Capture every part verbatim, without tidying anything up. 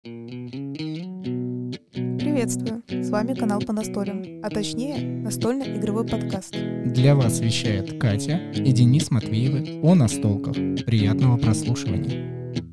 Приветствую! С вами канал по настолям, а точнее настольно-игровой подкаст. Для вас вещает Катя и Денис Матвеевы о настолках. Приятного прослушивания.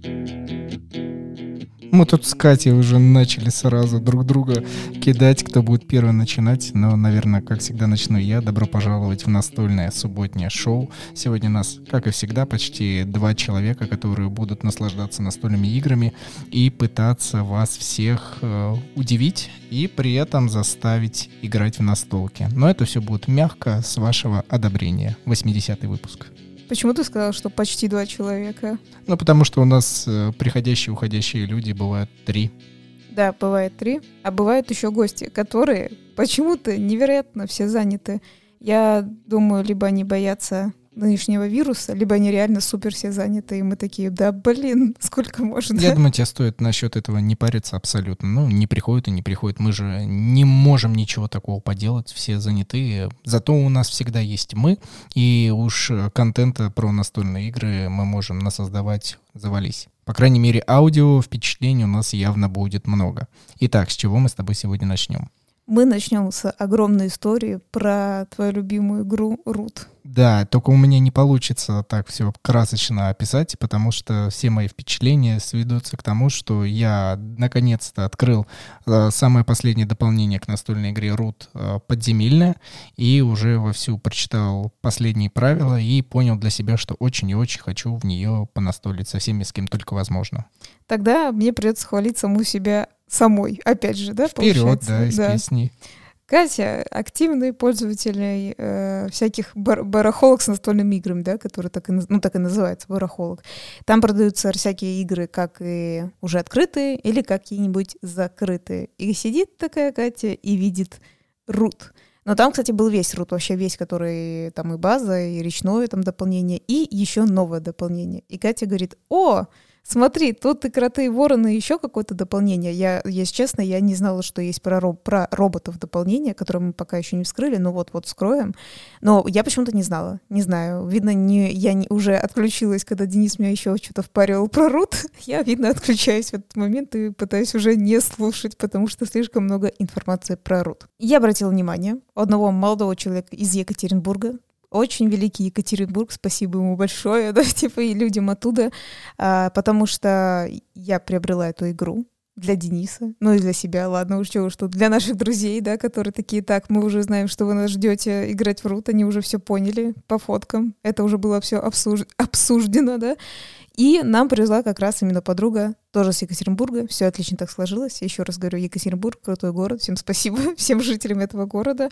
Мы тут с Катей уже начали сразу друг друга кидать, кто будет первый начинать. Но, наверное, как всегда, начну я. Добро пожаловать в настольное субботнее шоу. Сегодня у нас, как и всегда, почти два человека, которые будут наслаждаться настольными играми и пытаться вас всех э, удивить и при этом заставить играть в настолки. Но это все будет мягко, с вашего одобрения. восьмидесятый выпуск. Почему ты сказал, что почти два человека? Ну, потому что у нас э, приходящие и уходящие люди бывают три. Да, бывает три, а бывают еще гости, которые почему-то невероятно все заняты. Я думаю, либо они боятся нынешнего вируса, либо они реально супер все заняты, и мы такие, да блин, сколько можно? Я думаю, тебе стоит насчет этого не париться абсолютно. Ну, не приходят и не приходят. Мы же не можем ничего такого поделать, все заняты. Зато у нас всегда есть мы, и уж контента про настольные игры мы можем насоздавать завались. По крайней мере, аудио впечатлений у нас явно будет много. Итак, с чего мы с тобой сегодня начнем? Мы начнем с огромной истории про твою любимую игру Root. Да, только у меня не получится так все красочно описать, потому что все мои впечатления сведутся к тому, что я наконец-то открыл э, самое последнее дополнение к настольной игре Root э, «Подземельная», и уже вовсю прочитал последние правила и понял для себя, что очень и очень хочу в нее понастолить со всеми, с кем только возможно. Тогда мне придется хвалить саму себя самой, опять же, да, Вперед, получается? да, из да. песни. Катя — активный пользователь э, всяких бар- барахолок с настольными играми, да, которые так и, ну, так и называются, барахолок. Там продаются всякие игры, как и уже открытые, или какие-нибудь закрытые. И сидит такая Катя и видит Root. Но там, кстати, был весь Root, вообще весь, который там и база, и речное там дополнение, и еще новое дополнение. И Катя говорит: о, смотри, тут и кроты, и вороны, еще какое-то дополнение. Я, если честно, я не знала, что есть про, роб, про роботов дополнение, которое мы пока еще не вскрыли, но вот-вот вскроем. Но я почему-то не знала, не знаю. Видно, не, я не, уже отключилась, когда Денис меня еще что-то впаривал про Root. Я, видно, отключаюсь в этот момент и пытаюсь уже не слушать, потому что слишком много информации про Root. Я обратила внимание у одного молодого человека из Екатеринбурга, очень великий Екатеринбург, спасибо ему большое, да, типа и людям оттуда, а, потому что я приобрела эту игру для Дениса, ну и для себя, ладно, уж чего, что для наших друзей, да, которые такие: так, мы уже знаем, что вы нас ждете играть в Root, они уже все поняли по фоткам, это уже было все обсуж... обсуждено, да, и нам привезла как раз именно подруга, тоже с Екатеринбурга, все отлично так сложилось, еще раз говорю, Екатеринбург — крутой город, всем спасибо, всем жителям этого города.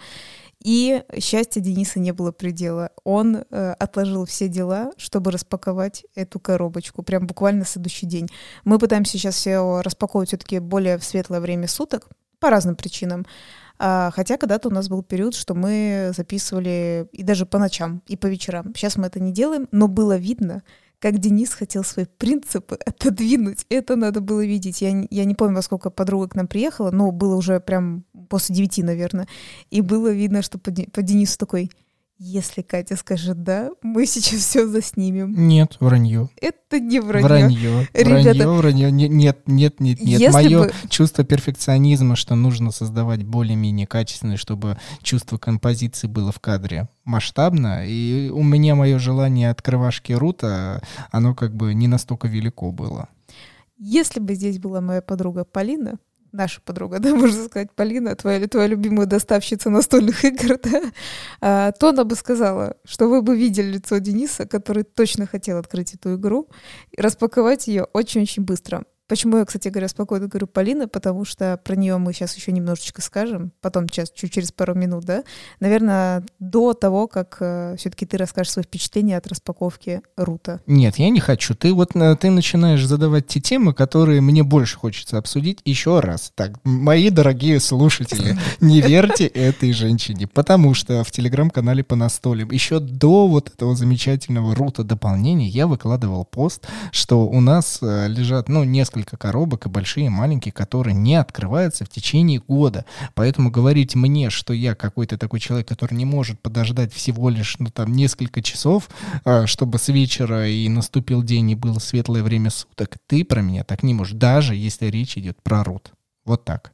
И счастья Дениса не было предела. Он э, отложил все дела, чтобы распаковать эту коробочку. Прям буквально в следующий день. Мы пытаемся сейчас все распаковывать все-таки более в светлое время суток, по разным причинам. А, хотя когда-то у нас был период, что мы записывали и даже по ночам, и по вечерам. Сейчас мы это не делаем, но было видно, как Денис хотел свои принципы отодвинуть. Это надо было видеть. Я, я не помню, во сколько подруга к нам приехала, но было уже прям после девяти, наверное. И было видно, что по, по Денису такой: если Катя скажет «да», мы сейчас все заснимем. Нет, вранье. Это не вранье. Вранье, Ребята, вранье, вранье. Нет, нет, нет, нет. если Мое бы- чувство перфекционизма, что нужно создавать более-менее качественно, чтобы чувство композиции было в кадре масштабно. И у меня мое желание открывашки Рута, оно как бы не настолько велико было. Если бы здесь была моя подруга Полина, наша подруга, да, можно сказать, Полина, твоя, твоя любимая доставщица настольных игр, да, а, то она бы сказала, что вы бы видели лицо Дениса, который точно хотел открыть эту игру и распаковать ее очень-очень быстро. Почему я, кстати говоря, спокойно говорю Полина, потому что про нее мы сейчас еще немножечко скажем, потом сейчас, чуть через пару минут, да, наверное, до того, как э, все-таки ты расскажешь свои впечатления от распаковки Рута. Нет, я не хочу. Ты вот э, ты начинаешь задавать те темы, которые мне больше хочется обсудить еще раз. Так, мои дорогие слушатели, не верьте этой женщине, потому что в телеграм-канале по настолям еще до вот этого замечательного Рута дополнения я выкладывал пост, что у нас э, лежат, ну, несколько несколько коробок, и большие, и маленькие, которые не открываются в течение года. Поэтому говорить мне, что я какой-то такой человек, который не может подождать всего лишь, ну, там, несколько часов, чтобы с вечера и наступил день, и было светлое время суток, ты про меня так не можешь, даже если речь идет про рут. Вот так.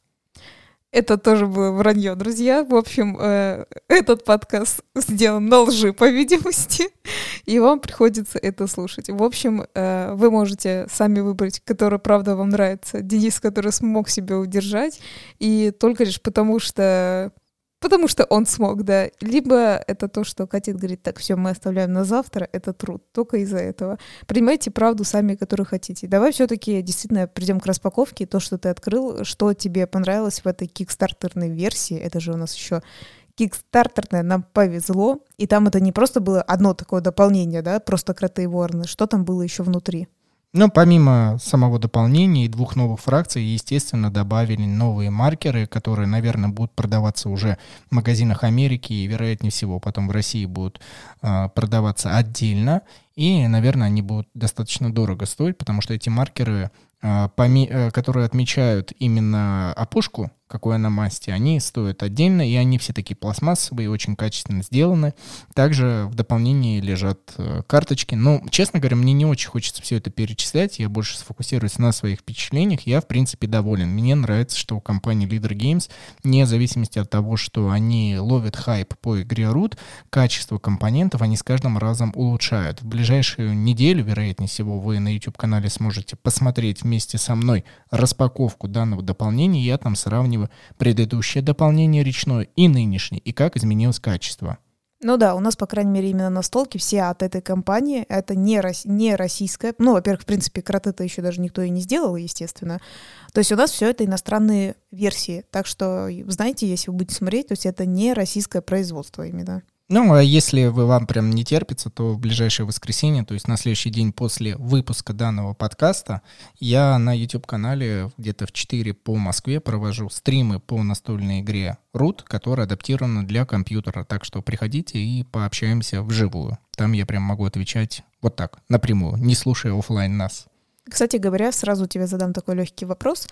Это тоже было вранье, друзья. В общем, э, этот подкаст сделан на лжи, по видимости, и вам приходится это слушать. В общем, э, вы можете сами выбрать, который, правда, вам нравится. Денис, который смог себя удержать, и только лишь потому, что... Потому что он смог, да. Либо это то, что Катя говорит, так, все, мы оставляем на завтра, это труд. Только из-за этого. Принимайте правду сами, которую хотите. Давай все-таки действительно придем к распаковке. То, что ты открыл, что тебе понравилось в этой кикстартерной версии. Это же у нас еще кикстартерная, нам повезло. И там это не просто было одно такое дополнение, да, просто кроты и вороны. Что там было еще внутри? Ну, помимо самого дополнения и двух новых фракций, естественно, добавили новые маркеры, которые, наверное, будут продаваться уже в магазинах Америки и, вероятнее всего, потом в России будут э, продаваться отдельно. И, наверное, они будут достаточно дорого стоить, потому что эти маркеры, э, поми- э, которые отмечают именно опушку, какой она масти, они стоят отдельно, и они все такие пластмассовые, очень качественно сделаны. Также в дополнении лежат э, карточки. Но, честно говоря, мне не очень хочется все это перечислять, я больше сфокусируюсь на своих впечатлениях. Я, в принципе, доволен. Мне нравится, что у компании Leader Games, вне зависимости от того, что они ловят хайп по игре Root, качество компонентов они с каждым разом улучшают. В ближайшую неделю, вероятнее всего, вы на YouTube-канале сможете посмотреть вместе со мной распаковку данного дополнения. Я там сравниваю предыдущее дополнение речное и нынешнее, и как изменилось качество. Ну да, у нас, по крайней мере, именно настолки все от этой компании. Это не, рос... не российская. Ну, во-первых, в принципе, кроты-то еще даже никто и не сделал, естественно. То есть у нас все это иностранные версии. Так что, знаете, если вы будете смотреть, то есть это не российское производство именно. Ну, а если вы, вам прям не терпится, то в ближайшее воскресенье, то есть на следующий день после выпуска данного подкаста, я на YouTube-канале где-то в четыре по Москве провожу стримы по настольной игре Root, которая адаптирована для компьютера. Так что приходите и пообщаемся вживую. Там я прям могу отвечать вот так, напрямую, не слушая офлайн нас. Кстати говоря, сразу тебе задам такой легкий вопрос.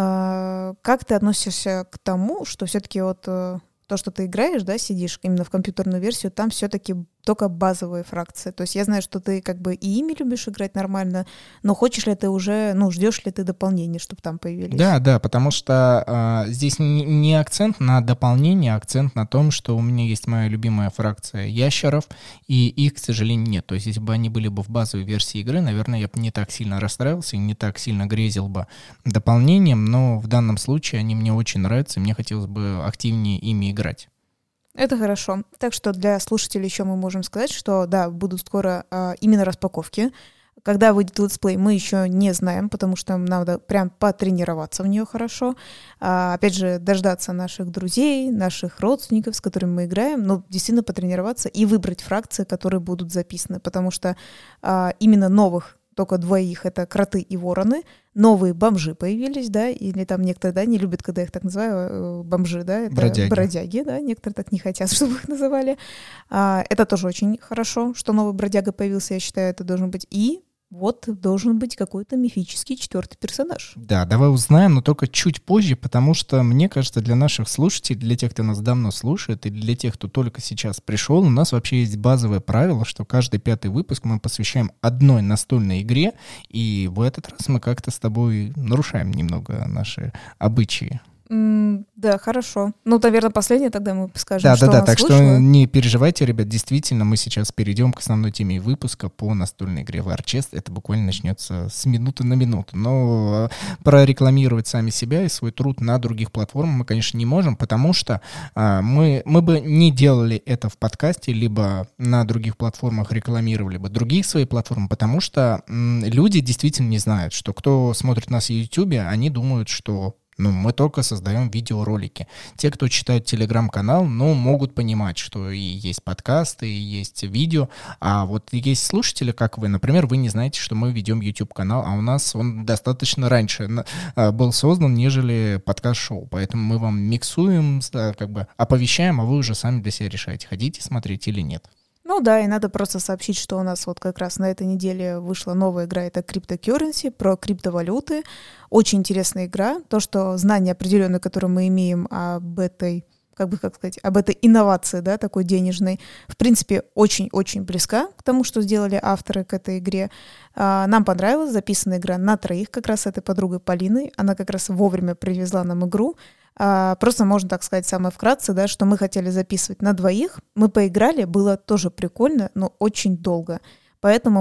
Как ты относишься к тому, что все-таки вот... То, что ты играешь, да, сидишь именно в компьютерную версию, там все-таки только базовые фракции. То есть я знаю, что ты как бы и ими любишь играть нормально, но хочешь ли ты уже, ну, ждешь ли ты дополнения, чтобы там появились? Да, да, потому что э, здесь не, не акцент на дополнение, а акцент на том, что у меня есть моя любимая фракция ящеров, и их, к сожалению, нет. То есть если бы они были бы в базовой версии игры, наверное, я бы не так сильно расстраивался и не так сильно грезил бы дополнением, но в данном случае они мне очень нравятся, и мне хотелось бы активнее ими играть. Это хорошо. Так что для слушателей еще мы можем сказать, что да, будут скоро а, именно распаковки. Когда выйдет летсплей, мы еще не знаем, потому что нам надо прям потренироваться в нее хорошо. А, опять же, дождаться наших друзей, наших родственников, с которыми мы играем, ну, действительно потренироваться и выбрать фракции, которые будут записаны, потому что а, именно новых только двоих, это кроты и вороны. Новые бомжи появились, да, или там некоторые, да, не любят, когда их так называю, бомжи, да, это бродяги, бродяги да, некоторые так не хотят, чтобы их называли. А, это тоже очень хорошо, что новый бродяга появился, я считаю, это должен быть. И вот должен быть какой-то мифический четвертый персонаж. Да, давай узнаем, но только чуть позже, потому что, мне кажется, для наших слушателей, для тех, кто нас давно слушает, и для тех, кто только сейчас пришел, у нас вообще есть базовое правило, что каждый пятый выпуск мы посвящаем одной настольной игре, и в этот раз мы как-то с тобой нарушаем немного наши обычаи. Mm, да, хорошо. Ну, наверное, последнее тогда мы скажем, да, что да, да, у нас так вышло. что не переживайте, ребят, действительно, мы сейчас перейдем к основной теме выпуска по настольной игре War Chest. Это буквально начнется с минуты на минуту. Но прорекламировать сами себя и свой труд на других платформах мы, конечно, не можем, потому что а, мы, мы бы не делали это в подкасте, либо на других платформах рекламировали бы другие свои платформы, потому что м, люди действительно не знают, что кто смотрит нас в YouTube, они думают, что Ну, мы только создаем видеоролики. Те, кто читают телеграм-канал, ну, могут понимать, что и есть подкасты, и есть видео. А вот есть слушатели, как вы, например, вы не знаете, что мы ведем YouTube-канал, а у нас он достаточно раньше был создан, нежели подкаст-шоу. Поэтому мы вам миксуем, как бы оповещаем, а вы уже сами для себя решаете, хотите смотреть или нет. Ну да, и надо просто сообщить, что у нас вот как раз на этой неделе вышла новая игра, это Cryptocurrency, про криптовалюты. Очень интересная игра. То, что знания определенные, которые мы имеем об этой, как бы как сказать, об этой инновации, да, такой денежной, в принципе, очень-очень близка к тому, что сделали авторы к этой игре. А, нам понравилась записанная игра на троих, как раз с этой подругой Полиной. Она как раз вовремя привезла нам игру. А, просто можно так сказать самое вкратце, да, что мы хотели записывать на двоих. Мы поиграли, было тоже прикольно, но очень долго. Поэтому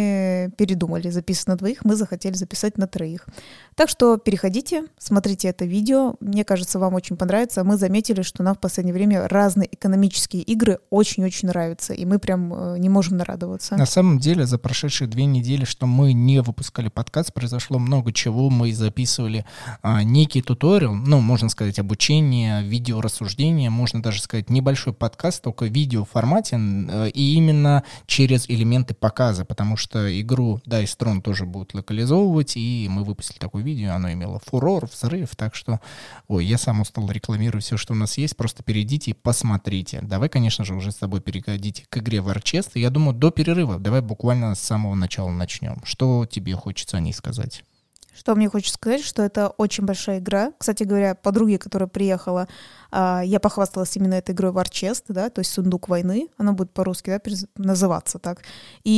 мы передумали записывать на двоих, мы захотели записать на троих. Так что переходите, смотрите это видео. Мне кажется, вам очень понравится. Мы заметили, что нам в последнее время разные экономические игры очень-очень нравятся, и мы прям не можем нарадоваться. На самом деле, за прошедшие две недели, что мы не выпускали подкаст, произошло много чего. Мы записывали а, некий туториал, ну, можно сказать, обучение, видеорассуждение, можно даже сказать, небольшой подкаст, только в видеоформате, и именно через элементы показа, потому что игру Dice Throne тоже будут локализовывать, и мы выпустили такое видео, оно имело фурор, взрыв, так что, ой, я сам устал рекламировать все, что у нас есть, просто перейдите и посмотрите. Давай, конечно же, уже с тобой переходите к игре War Chest, и я думаю, до перерыва, давай буквально с самого начала начнем. Что тебе хочется о ней сказать? Что мне хочется сказать, что это очень большая игра. Кстати говоря, подруге, которая приехала, я похвасталась именно этой игрой War Chest, да, то есть сундук войны, она будет по-русски, да, называться так. И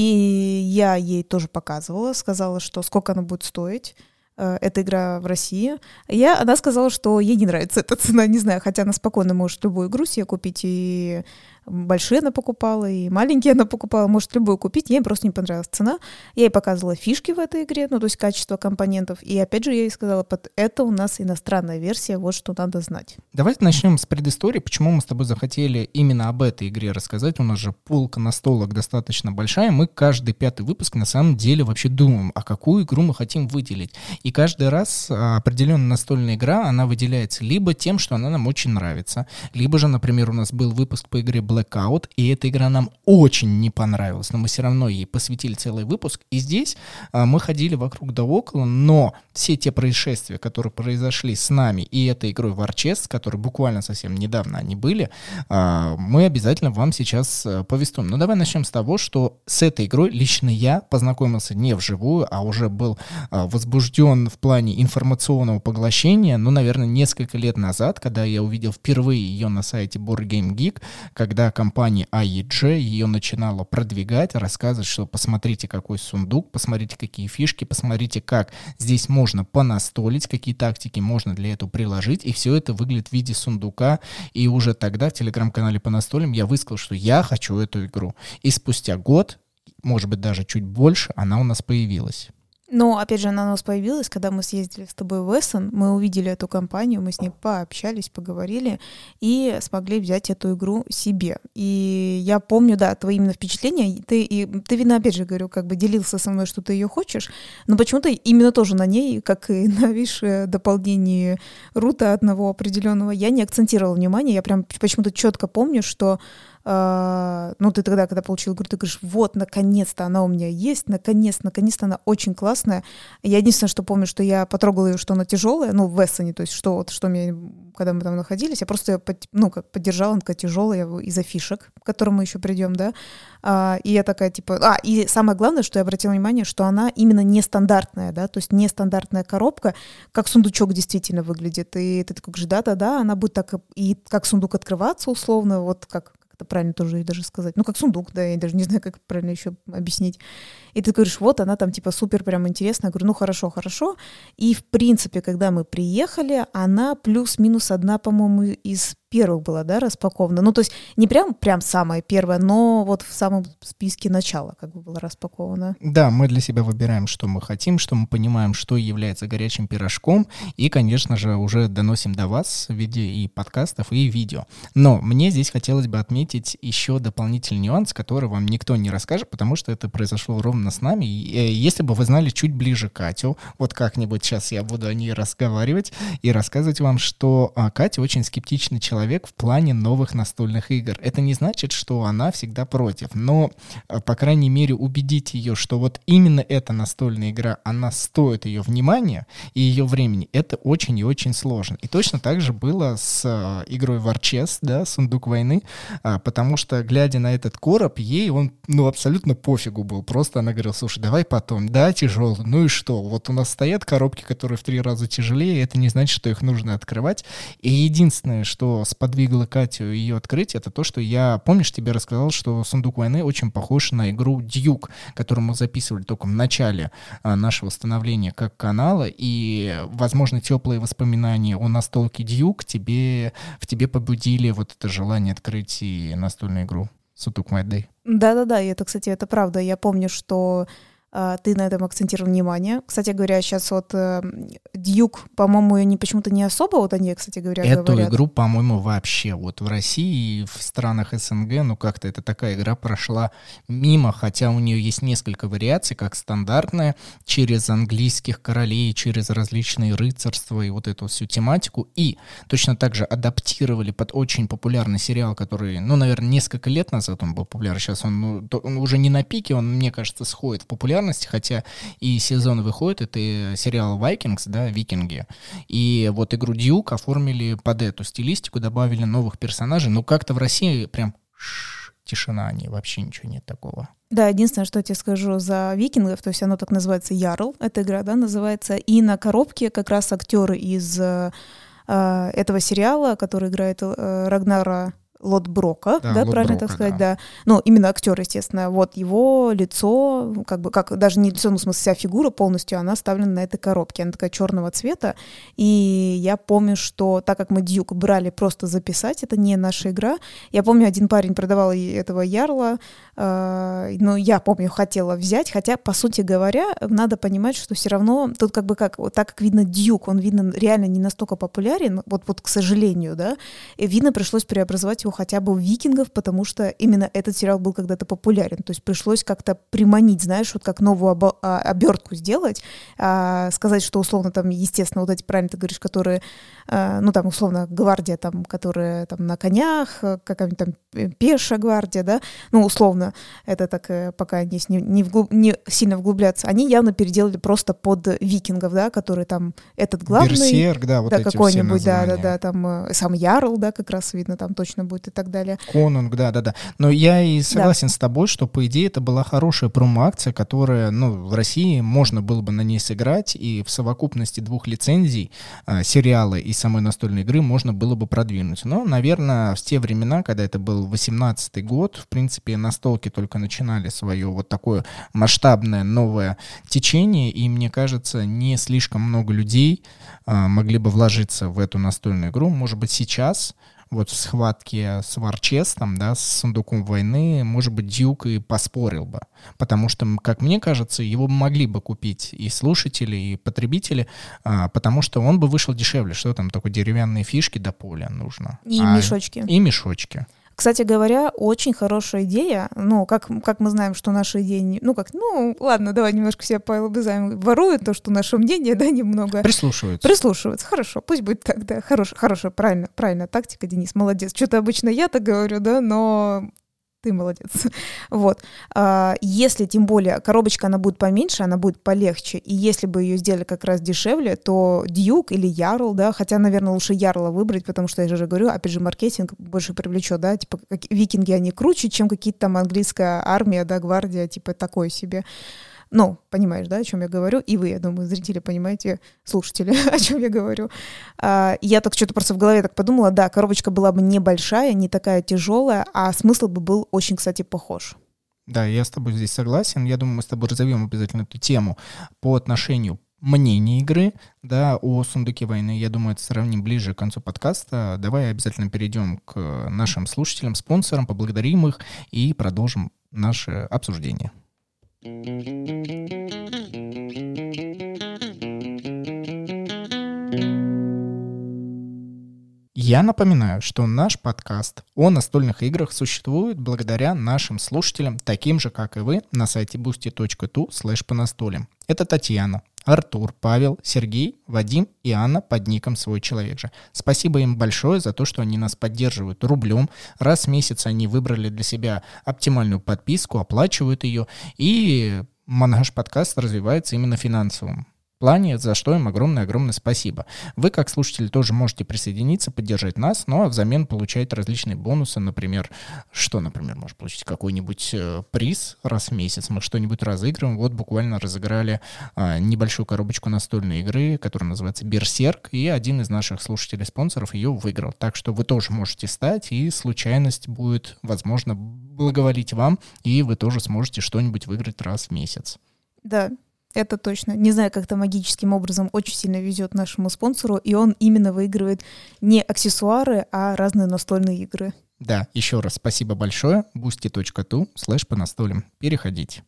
я ей тоже показывала, сказала, что сколько она будет стоить. Эта игра в России. Я, она сказала, что ей не нравится эта цена, не знаю, хотя она спокойно может любую игру себе купить, и большие она покупала, и маленькие она покупала, может любую купить, ей просто не понравилась цена. Я ей показывала фишки в этой игре, ну то есть качество компонентов, и опять же я ей сказала, под это у нас иностранная версия, вот что надо знать. Давайте начнем с предыстории, почему мы с тобой захотели именно об этой игре рассказать. У нас же полка настолок достаточно большая, мы каждый пятый выпуск на самом деле вообще думаем, а какую игру мы хотим выделить. И каждый раз определенная настольная игра, она выделяется либо тем, что она нам очень нравится, либо же, например, у нас был выпуск по игре Blackout, и эта игра нам очень не понравилась, но мы все равно ей посвятили целый выпуск, и здесь а, мы ходили вокруг да около, но все те происшествия, которые произошли с нами и этой игрой War Chest, которые буквально совсем недавно они были, а, мы обязательно вам сейчас а, повествуем. Но давай начнем с того, что с этой игрой лично я познакомился не вживую, а уже был а, возбужден в плане информационного поглощения, ну, наверное, несколько лет назад, когда я увидел впервые ее на сайте Board Game Geek, когда компания ай и джи ее начинала продвигать, рассказывать, что посмотрите, какой сундук, посмотрите, какие фишки, посмотрите, как здесь можно понастолить, какие тактики можно для этого приложить, и все это выглядит в виде сундука, и уже тогда в телеграм-канале по настолям я высказал, что я хочу эту игру. И спустя год, может быть, даже чуть больше, она у нас появилась. Но, опять же, она у нас появилась, когда мы съездили с тобой в Эссен, мы увидели эту компанию, мы с ней пообщались, поговорили и смогли взять эту игру себе. И я помню, да, твои именно впечатления. Ты, и, ты видно, опять же, говорю, как бы делился со мной, что ты ее хочешь, но почему-то именно тоже на ней, как и на, видишь, дополнении рута одного определенного, я не акцентировала внимание, я прям почему-то четко помню, что Uh, ну, ты тогда, когда получил игру, ты говоришь, вот, наконец-то она у меня есть, наконец, наконец-то она очень классная. Я единственное, что помню, что я потрогала ее, что она тяжелая, ну, в Эссене, то есть что, вот, что мне, когда мы там находились, я просто ее, под, ну, как поддержала, она такая тяжелая из-за фишек, к которым мы еще придем, да, uh, и я такая, типа, а, и самое главное, что я обратила внимание, что она именно нестандартная, да, то есть нестандартная коробка, как сундучок действительно выглядит, и ты такой говоришь, да-да-да, она будет так и как сундук открываться условно, вот как правильно тоже даже сказать. Ну, как сундук, да, я даже не знаю, как правильно еще объяснить. И ты говоришь, вот она там типа супер прям интересная. Я говорю, ну, хорошо, хорошо. И, в принципе, когда мы приехали, она плюс-минус одна, по-моему, из первых была, да, распакована. Ну, то есть не прям, прям самая первая, но вот в самом списке начала как бы была распакована. Да, мы для себя выбираем, что мы хотим, что мы понимаем, что является горячим пирожком, и, конечно же, уже доносим до вас в виде и подкастов, и видео. Но мне здесь хотелось бы отметить еще дополнительный нюанс, который вам никто не расскажет, потому что это произошло ровно с нами. И если бы вы знали чуть ближе Катю, вот как-нибудь сейчас я буду о ней разговаривать и рассказывать вам, что Катя очень скептичный человек человек в плане новых настольных игр. Это не значит, что она всегда против, но, по крайней мере, убедить ее, что вот именно эта настольная игра, она стоит ее внимания и ее времени, это очень и очень сложно. И точно так же было с э, игрой War Chess, да, «Сундук войны», а, потому что, глядя на этот короб, ей он, ну, абсолютно пофигу был. Просто она говорила: слушай, давай потом. Да, тяжелый, ну и что? Вот у нас стоят коробки, которые в три раза тяжелее, это не значит, что их нужно открывать. И единственное, что сподвигло Катю ее открыть, это то, что я, помнишь, тебе рассказал, что «Сундук войны» очень похож на игру Duke, которую мы записывали только в начале а, нашего становления как канала, и, возможно, теплые воспоминания о настолке Duke тебе, в тебе побудили вот это желание открыть и настольную игру «Сундук войны». Да-да-да, и это, кстати, это правда. Я помню, что э, ты на этом акцентировал внимание. Кстати говоря, сейчас вот э, Дьюк, по-моему, не, почему-то не особо, вот они, кстати говоря, Эту говорят. игру, по-моему, вообще вот в России и в странах СНГ, ну как-то эта такая игра прошла мимо, хотя у нее есть несколько вариаций, как стандартная, через английских королей, через различные рыцарства и вот эту всю тематику, и точно так же адаптировали под очень популярный сериал, который, ну, наверное, несколько лет назад он был популярен, сейчас он, ну, то, он уже не на пике, он, мне кажется, сходит в популярности, хотя и сезон выходит, это сериал Vikings, да, Викинги, и вот игру Duke оформили под эту стилистику, добавили новых персонажей, но как-то в России прям ш- тишина, не, вообще ничего нет такого. Да, единственное, что я тебе скажу за викингов, то есть оно так называется Ярл, эта игра, да, называется, и на коробке как раз актеры из э, этого сериала, который играет э, Рагнара Лотброка, да, да правильно так сказать, да. да. Ну, именно актер, естественно. Вот его лицо, как бы, как даже не лицо, ну, в смысле, вся фигура полностью, она вставлена на этой коробке. Она такая черного цвета. И я помню, что так как мы Дьюк брали просто записать, это не наша игра. Я помню, один парень продавал этого Ярла, э, ну, я помню, хотела взять, хотя, по сути говоря, надо понимать, что все равно тут как бы как, так как видно Дьюк, он, видно, реально не настолько популярен, вот, вот к сожалению, да, и видно, пришлось преобразовать его хотя бы в викингов, потому что именно этот сериал был когда-то популярен. То есть пришлось как-то приманить, знаешь, вот как новую обо- обертку сделать, а, сказать, что условно там, естественно, вот эти, правильно ты говоришь, которые, а, ну там условно гвардия, там, которые там на конях, какая-нибудь там пешая гвардия, да, ну условно, это так пока не, не, вглуб, не сильно вглубляться, они явно переделали просто под викингов, да, которые там этот главный. Берсерк, да, вот да, эти какой-нибудь, все названия. да, да, да, там сам Ярл, да, как раз видно, там точно будет и так далее. Конунг, да-да-да. Но я и согласен да. с тобой, что, по идее, это была хорошая промо-акция, которая, ну, в России можно было бы на ней сыграть, и в совокупности двух лицензий, э, сериала и самой настольной игры, можно было бы продвинуть. Но, наверное, в те времена, когда это был восемнадцатый год, в принципе, настолки только начинали свое вот такое масштабное новое течение, и, мне кажется, не слишком много людей э, могли бы вложиться в эту настольную игру. Может быть, сейчас вот в схватке с War Chess, там, да, с «Сундуком войны», может быть, Дьюк и поспорил бы. Потому что, как мне кажется, его могли бы купить и слушатели, и потребители, а, потому что он бы вышел дешевле. Что там, только деревянные фишки до поля нужно. И а, мешочки. И мешочки. Кстати говоря, очень хорошая идея. Ну, как, как мы знаем, что наши идеи... Не, ну, как, ну, ладно, давай немножко себя пообязаем. Воруют то, что наше мнение, да, немного... Прислушиваются. Прислушиваются. Хорошо, пусть будет так, да. Хорошая, хорошая, правильно, правильная тактика, Денис, молодец. Что-то обычно я так говорю, да, но... Ты молодец. Вот. Если, тем более, коробочка, она будет поменьше, она будет полегче, и если бы ее сделали как раз дешевле, то Дьюк или Ярл, да, хотя, наверное, лучше Ярла выбрать, потому что, я же говорю, опять же, маркетинг больше привлечет, да, типа, как, викинги, они круче, чем какие-то там английская армия, да, гвардия, типа, такой себе. Ну, понимаешь, да, о чем я говорю? И вы, я думаю, зрители, понимаете, слушатели, о чем я говорю. А, я так что-то просто в голове так подумала, да, коробочка была бы небольшая, не такая тяжелая, а смысл бы был очень, кстати, похож. Да, я с тобой здесь согласен. Я думаю, мы с тобой разовьем обязательно эту тему по отношению мнения игры, да, о «Сундуке войны». Я думаю, это сравним ближе к концу подкаста. Давай обязательно перейдем к нашим слушателям, спонсорам, поблагодарим их и продолжим наше обсуждение. Я напоминаю, что наш подкаст о настольных играх существует благодаря нашим слушателям, таким же, как и вы, на сайте boosty точка ту слэш по настолям. Это Татьяна, Артур, Павел, Сергей, Вадим и Анна под ником «Свой человек же». Спасибо им большое за то, что они нас поддерживают рублем. Раз в месяц они выбрали для себя оптимальную подписку, оплачивают ее, и наш подкаст развивается именно финансовым плане, за что им огромное-огромное спасибо. Вы, как слушатели, тоже можете присоединиться, поддержать нас, но взамен получаете различные бонусы, например, что, например, может получить какой-нибудь э, приз раз в месяц, мы что-нибудь разыгрываем. Вот буквально разыграли э, небольшую коробочку настольной игры, которая называется «Берсерк», и один из наших слушателей-спонсоров ее выиграл. Так что вы тоже можете стать, и случайность будет, возможно, благоволить вам, и вы тоже сможете что-нибудь выиграть раз в месяц. Да, это точно. Не знаю, как-то магическим образом очень сильно везет нашему спонсору, и он именно выигрывает не аксессуары, а разные настольные игры. Да, еще раз спасибо большое. boosty точка ту слэш по настолям. Переходите.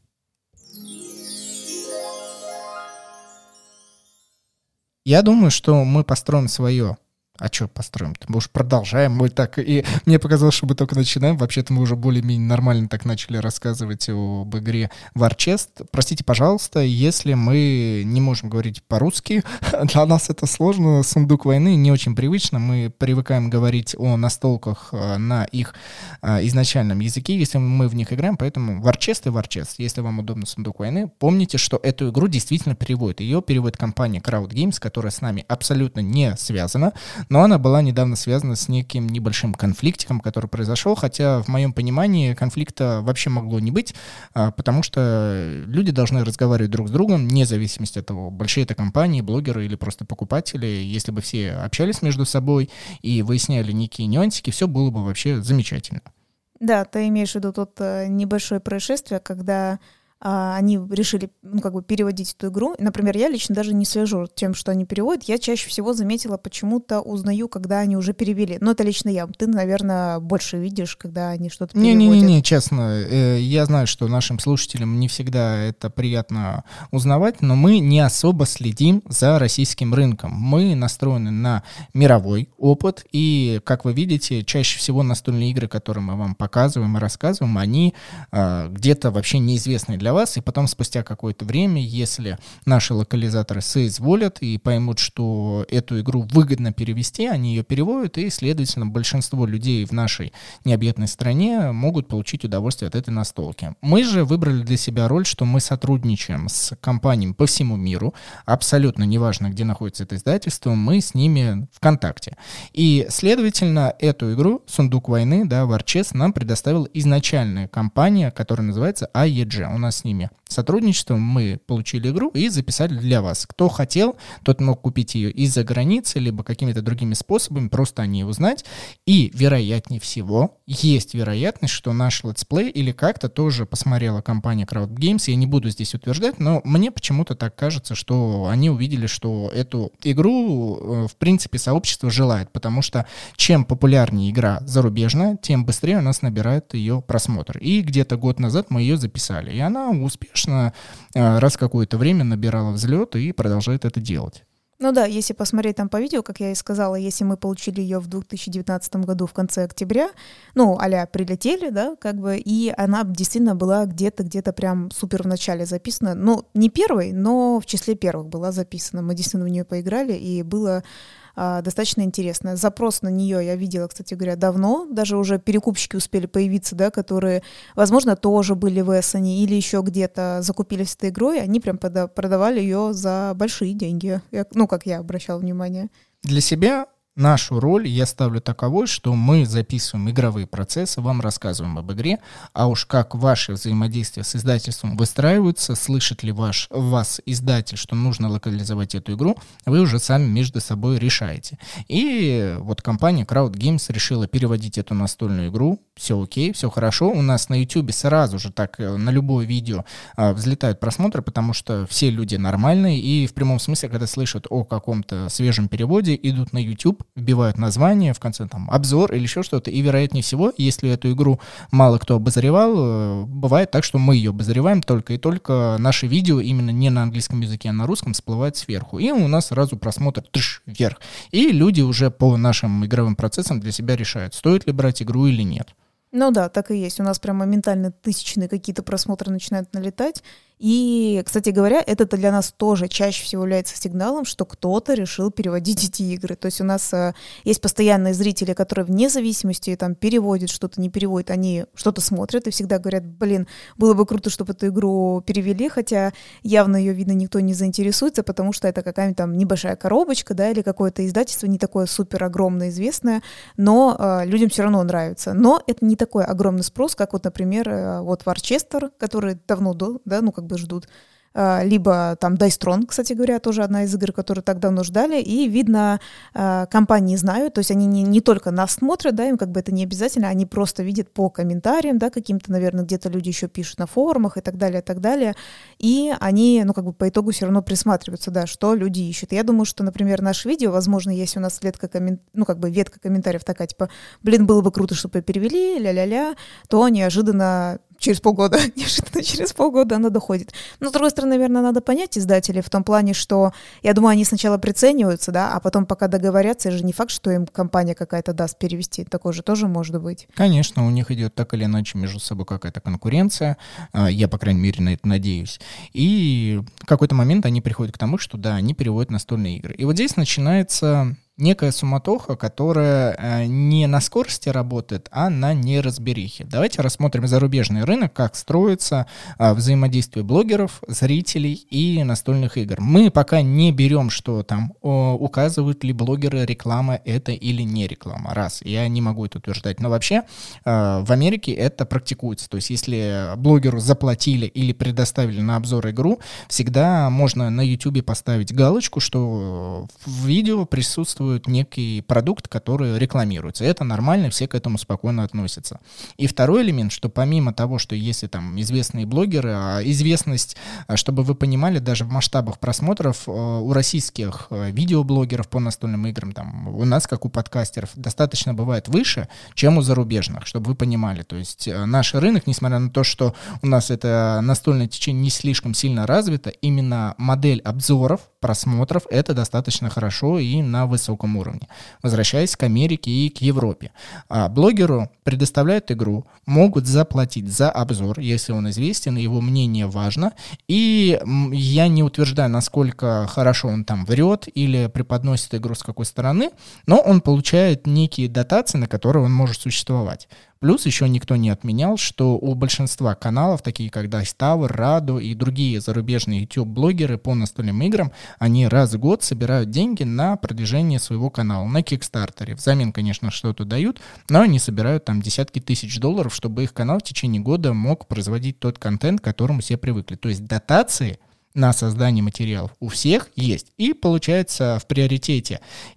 Я думаю, что мы построим свое. А что построим? Мы уж продолжаем. Мы так и мне показалось, что мы только начинаем. Вообще-то мы уже более-менее нормально так начали рассказывать об игре War Chest. Простите, пожалуйста, если мы не можем говорить по-русски. Для нас это сложно. Сундук войны не очень привычно. Мы привыкаем говорить о настолках на их изначальном языке, если мы в них играем. Поэтому War Chest и War Chest. Если вам удобно Сундук войны, помните, что эту игру действительно переводит. Ее переводит компания Crowd Games, которая с нами абсолютно не связана. Но она была недавно связана с неким небольшим конфликтиком, который произошел, хотя в моем понимании конфликта вообще могло не быть, потому что люди должны разговаривать друг с другом, вне зависимости от того, большие это компании, блогеры или просто покупатели. Если бы все общались между собой и выясняли некие нюансики, все было бы вообще замечательно. Да, ты имеешь в виду тут небольшое происшествие, когда они решили, ну, как бы переводить эту игру. Например, я лично даже не слежу тем, что они переводят. Я чаще всего заметила, почему-то узнаю, когда они уже перевели. Но это лично я. Ты, наверное, больше видишь, когда они что-то переводят. Не-не-не, честно. Я знаю, что нашим слушателям не всегда это приятно узнавать, но мы не особо следим за российским рынком. Мы настроены на мировой опыт, и, как вы видите, чаще всего настольные игры, которые мы вам показываем и рассказываем, они э, где-то вообще неизвестны для вас, и потом спустя какое-то время, если наши локализаторы соизволят и поймут, что эту игру выгодно перевести, они ее переводят, и, следовательно, большинство людей в нашей необъятной стране могут получить удовольствие от этой настолки. Мы же выбрали для себя роль, что мы сотрудничаем с компаниями по всему миру, абсолютно неважно, где находится это издательство, мы с ними в контакте. И, следовательно, эту игру «Сундук войны», да, War Chest, нам предоставила изначальная компания, которая называется эй и джи. У нас с ними сотрудничество, мы получили игру и записали для вас. Кто хотел, тот мог купить ее из-за границы, либо какими-то другими способами, просто о ней узнать. И, вероятнее всего, есть вероятность, что наш летсплей или как-то тоже посмотрела компания Crowd Games. Я не буду здесь утверждать, но мне почему-то так кажется, что они увидели, что эту игру, в принципе, сообщество желает, потому что чем популярнее игра зарубежная, тем быстрее у нас набирает ее просмотр. И где-то год назад мы ее записали, и она успешно раз какое-то время набирала взлет и продолжает это делать. Ну да, если посмотреть там по видео, как я и сказала, если мы получили ее в две тысячи девятнадцатом году в конце октября, ну, а-ля прилетели, да, как бы, и она действительно была где-то, где-то прям супер в начале записана. Ну, не первой, но в числе первых была записана. Мы действительно в нее поиграли, и было а, достаточно интересно. Запрос на нее я видела, кстати говоря, давно. Даже уже перекупщики успели появиться, да, которые, возможно, тоже были в Эссене или еще где-то закупились этой игрой, они прям пода- продавали ее за большие деньги. Я, ну, как я обращала внимание. Для себя нашу роль я ставлю таковой, что мы записываем игровые процессы, вам рассказываем об игре, а уж как ваши взаимодействия с издательством выстраиваются, слышит ли ваш, вас издатель, что нужно локализовать эту игру, вы уже сами между собой решаете. И вот компания Crowd Games решила переводить эту настольную игру. Все окей, все хорошо. У нас на YouTube сразу же так на любое видео а, взлетают просмотры, потому что все люди нормальные, и в прямом смысле, когда слышат о каком-то свежем переводе, идут на YouTube, вбивают название, в конце там обзор или еще что-то, и вероятнее всего, если эту игру мало кто обозревал, бывает так, что мы ее обозреваем только и только наши видео именно не на английском языке, а на русском всплывают сверху, и у нас сразу просмотр тыш, вверх, и люди уже по нашим игровым процессам для себя решают, стоит ли брать игру или нет. Ну да, так и есть. У нас прям моментально тысячные какие-то просмотры начинают налетать. И, кстати говоря, это для нас тоже чаще всего является сигналом, что кто-то решил переводить эти игры. То есть у нас э, есть постоянные зрители, которые вне зависимости там переводят что-то, не переводят, они что-то смотрят и всегда говорят, блин, было бы круто, чтобы эту игру перевели, хотя явно ее, видно, никто не заинтересуется, потому что это какая-нибудь там небольшая коробочка, да, или какое-то издательство не такое супер огромное, известное, но э, людям все равно нравится. Но это не такой огромный спрос, как вот, например, э, вот Варчестер, который давно, да, ну как бы ждут, либо там Dice Throne, кстати говоря, тоже одна из игр, которые так давно ждали, и, видно, компании знают, то есть они не, не только нас смотрят, да, им как бы это не обязательно, они просто видят по комментариям, да, каким-то, наверное, где-то люди еще пишут на форумах и так далее, и так далее, и они, ну, как бы по итогу все равно присматриваются, да, что люди ищут. И я думаю, что, например, наше видео, возможно, если у нас ветка, коммен... ну, как бы ветка комментариев такая, типа, блин, было бы круто, чтобы перевели, ля-ля-ля, то неожиданно через полгода, неожиданно через полгода она доходит. Но, с другой стороны, наверное, надо понять издателей в том плане, что, я думаю, они сначала прицениваются, да, а потом, пока договорятся, это же не факт, что им компания какая-то даст перевести. Такое же тоже может быть. Конечно, у них идет так или иначе между собой какая-то конкуренция. Я, по крайней мере, на это надеюсь. И в какой-то момент они приходят к тому, что, да, они переводят настольные игры. И вот здесь начинается некая суматоха, которая э, не на скорости работает, а на неразберихе. Давайте рассмотрим зарубежный рынок, как строится э, взаимодействие блогеров, зрителей и настольных игр. Мы пока не берем, что там э, указывают ли блогеры, реклама это или не реклама. Раз, я не могу это утверждать. Но вообще э, в Америке это практикуется. То есть если блогеру заплатили или предоставили на обзор игру, всегда можно на YouTube поставить галочку, что в видео присутствует некий продукт, который рекламируется. Это нормально, все к этому спокойно относятся. И второй элемент, что помимо того, что если там известные блогеры, а известность, чтобы вы понимали, даже в масштабах просмотров у российских видеоблогеров по настольным играм, там, у нас, как у подкастеров, достаточно бывает выше, чем у зарубежных, чтобы вы понимали. То есть наш рынок, несмотря на то, что у нас это настольное течение не слишком сильно развито, именно модель обзоров, просмотров, это достаточно хорошо и на высоком уровне. Возвращаясь к Америке и к Европе. А блогеру предоставляют игру, могут заплатить за обзор, если он известен, его мнение важно. И я не утверждаю, насколько хорошо он там врет или преподносит игру с какой стороны, но он получает некие дотации, на которые он может существовать. Плюс еще никто не отменял, что у большинства каналов, такие как Dice Tower, Rado и другие зарубежные YouTube-блогеры по настольным играм, они раз в год собирают деньги на продвижение своего канала на Кикстартере. Взамен, конечно, что-то дают, но они собирают там десятки тысяч долларов, чтобы их канал в течение года мог производить тот контент, к которому все привыкли. То есть дотации на создание материалов у всех есть. И получается в приоритете.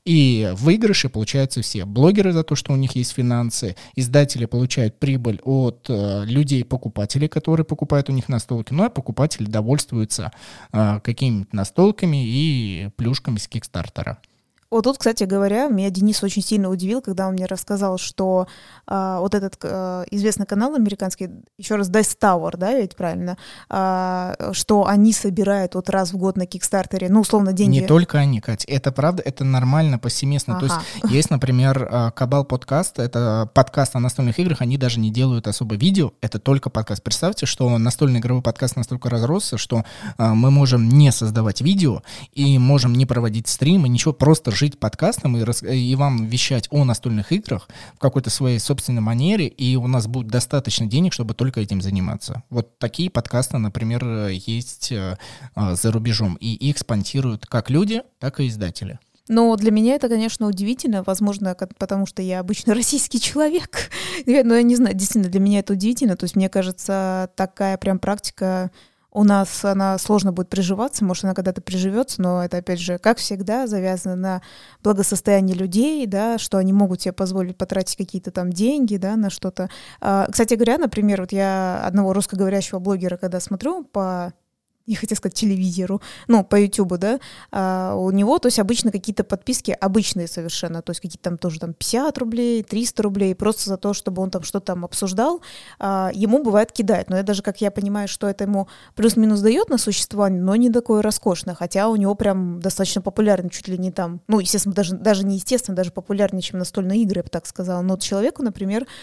И выигрыши получаются все. Блогеры за то, что у них есть финансы, издатели получают прибыль от э, людей-покупателей, которые покупают у них настолки, ну а покупатели довольствуются э, какими-то настолками и плюшками с Кикстартера. Вот тут, кстати говоря, меня Денис очень сильно удивил, когда он мне рассказал, что а, вот этот а, известный канал американский, еще раз, Dice Tower, да, ведь правильно, а, что они собирают вот раз в год на Кикстартере, ну, условно, деньги. Не только они, Катя, это правда, это нормально, повсеместно. Ага. То есть есть, например, Кабал подкаст, это подкаст о настольных играх, они даже не делают особо видео, это только подкаст. Представьте, что настольный игровой подкаст настолько разросся, что а, мы можем не создавать видео и можем не проводить стримы, ничего, просто жить подкастом и, рас... и вам вещать о настольных играх в какой-то своей собственной манере, и у нас будет достаточно денег, чтобы только этим заниматься. Вот такие подкасты, например, есть э, за рубежом, и их спонсируют как люди, так и издатели. Но для меня это, конечно, удивительно, возможно, потому что я обычно российский человек, но я не знаю, действительно, для меня это удивительно, то есть мне кажется, такая прям практика у нас, она сложно будет приживаться, может, она когда-то приживется, но это, опять же, как всегда, завязано на благосостоянии людей, да, что они могут себе позволить потратить какие-то там деньги, да, на что-то. А, кстати говоря, например, вот я одного русскоговорящего блогера, когда смотрю по... не хотела сказать телевизору, ну, по Ютубу, да, а у него, то есть обычно какие-то подписки обычные совершенно, то есть какие-то там тоже там пятьдесят рублей, триста рублей, просто за то, чтобы он там что-то там обсуждал, а, ему бывает кидает, но я даже, как я понимаю, что это ему плюс-минус дает на существование, но не такое роскошное, хотя у него прям достаточно популярный, чуть ли не там, ну, естественно, даже, даже не естественно, даже популярнее, чем настольные игры, я бы так сказала, но вот человеку, например,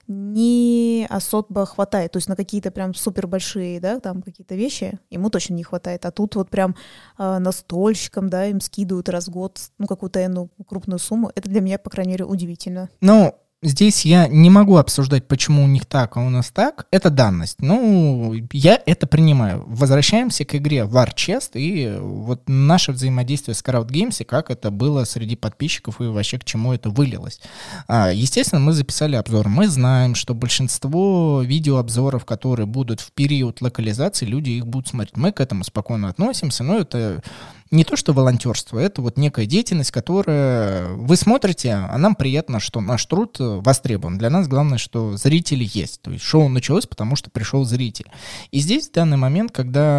не особо хватает. То есть на какие-то прям супер большие, да, там какие-то вещи ему точно не хватает. А тут вот прям э, настольщикам, да, им скидывают раз в год, ну, какую-то ну, крупную сумму. Это для меня, по крайней мере, удивительно. Ну, здесь я не могу обсуждать, почему у них так, а у нас так. Это данность. Ну, я это принимаю. Возвращаемся к игре War Chest и вот наше взаимодействие с Crowd Games, и как это было среди подписчиков и вообще к чему это вылилось. Естественно, мы записали обзор. Мы знаем, что большинство видеообзоров, которые будут в период локализации, люди их будут смотреть. Мы к этому спокойно относимся, но это не то, что волонтерство, это вот некая деятельность, которая вы смотрите, а нам приятно, что наш труд востребован. Для нас главное, что зрители есть. То есть шоу началось, потому что пришел зритель. И здесь в данный момент,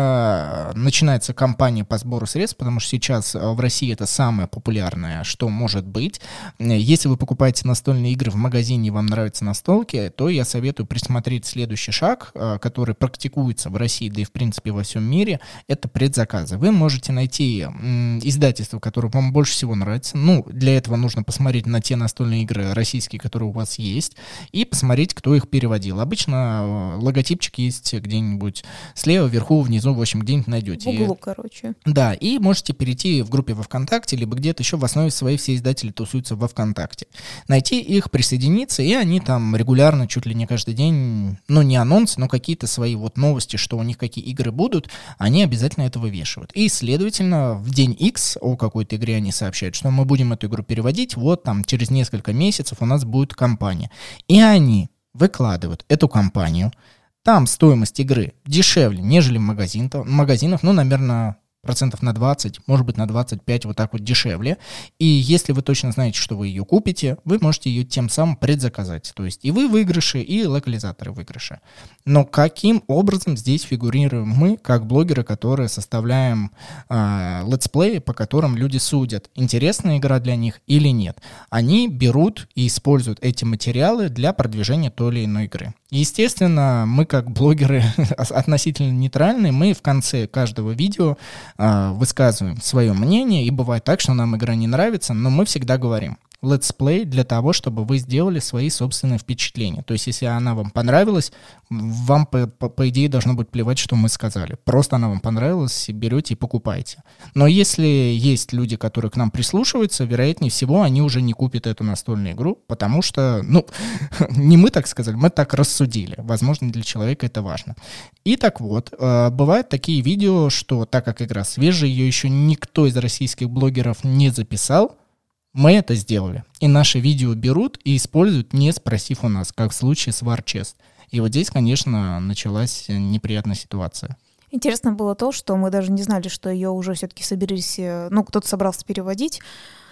когда начинается кампания по сбору средств, потому что сейчас в России это самое популярное, что может быть. Если вы покупаете настольные игры в магазине и вам нравятся настолки, то я советую присмотреть следующий шаг, который практикуется в России, да и в принципе во всем мире, это предзаказы. Вы можете найти издательство, которое вам больше всего нравится. Ну, для этого нужно посмотреть на те настольные игры российские, которые у вас есть, и посмотреть, кто их переводил. Обычно логотипчик есть где-нибудь слева, вверху, внизу, в общем, где-нибудь найдете. В углу, короче. Да, и можете перейти в группе во ВКонтакте, либо где-то еще в основе своей все издатели тусуются во ВКонтакте. Найти их, присоединиться, и они там регулярно, чуть ли не каждый день, ну, не анонсы, но какие-то свои вот новости, что у них какие игры будут, они обязательно это вывешивают. И, следовательно, в день X о какой-то игре они сообщают, что мы будем эту игру переводить, вот там через несколько месяцев у нас будет кампания. И они выкладывают эту кампанию, там стоимость игры дешевле, нежели в магазин, в магазинах, ну, наверное, процентов на двадцать, может быть, на двадцать пять вот так вот дешевле. И если вы точно знаете, что вы ее купите, вы можете ее тем самым предзаказать. То есть и вы в выигрыше, и локализаторы в выигрыше. Но каким образом здесь фигурируем мы, как блогеры, которые составляем э, летсплеи, по которым люди судят, интересная игра для них или нет? Они берут и используют эти материалы для продвижения той или иной игры. Естественно, мы как блогеры относительно нейтральные, мы в конце каждого видео э, высказываем свое мнение, и бывает так, что нам игра не нравится, но мы всегда говорим: летсплей для того, чтобы вы сделали свои собственные впечатления. То есть, если она вам понравилась, вам, по, по, по идее, должно быть плевать, что мы сказали. Просто она вам понравилась, берете и покупайте. Но если есть люди, которые к нам прислушиваются, вероятнее всего, они уже не купят эту настольную игру, потому что, ну, не мы так сказали, мы так рассудили. Возможно, для человека это важно. И так вот, бывают такие видео, что так как игра свежая, ее еще никто из российских блогеров не записал, мы это сделали. И наши видео берут и используют, не спросив у нас, как в случае с War Chest. И вот здесь, конечно, началась неприятная ситуация. Интересно было то, что мы даже не знали, что ее уже все-таки собирались, ну, кто-то собрался переводить.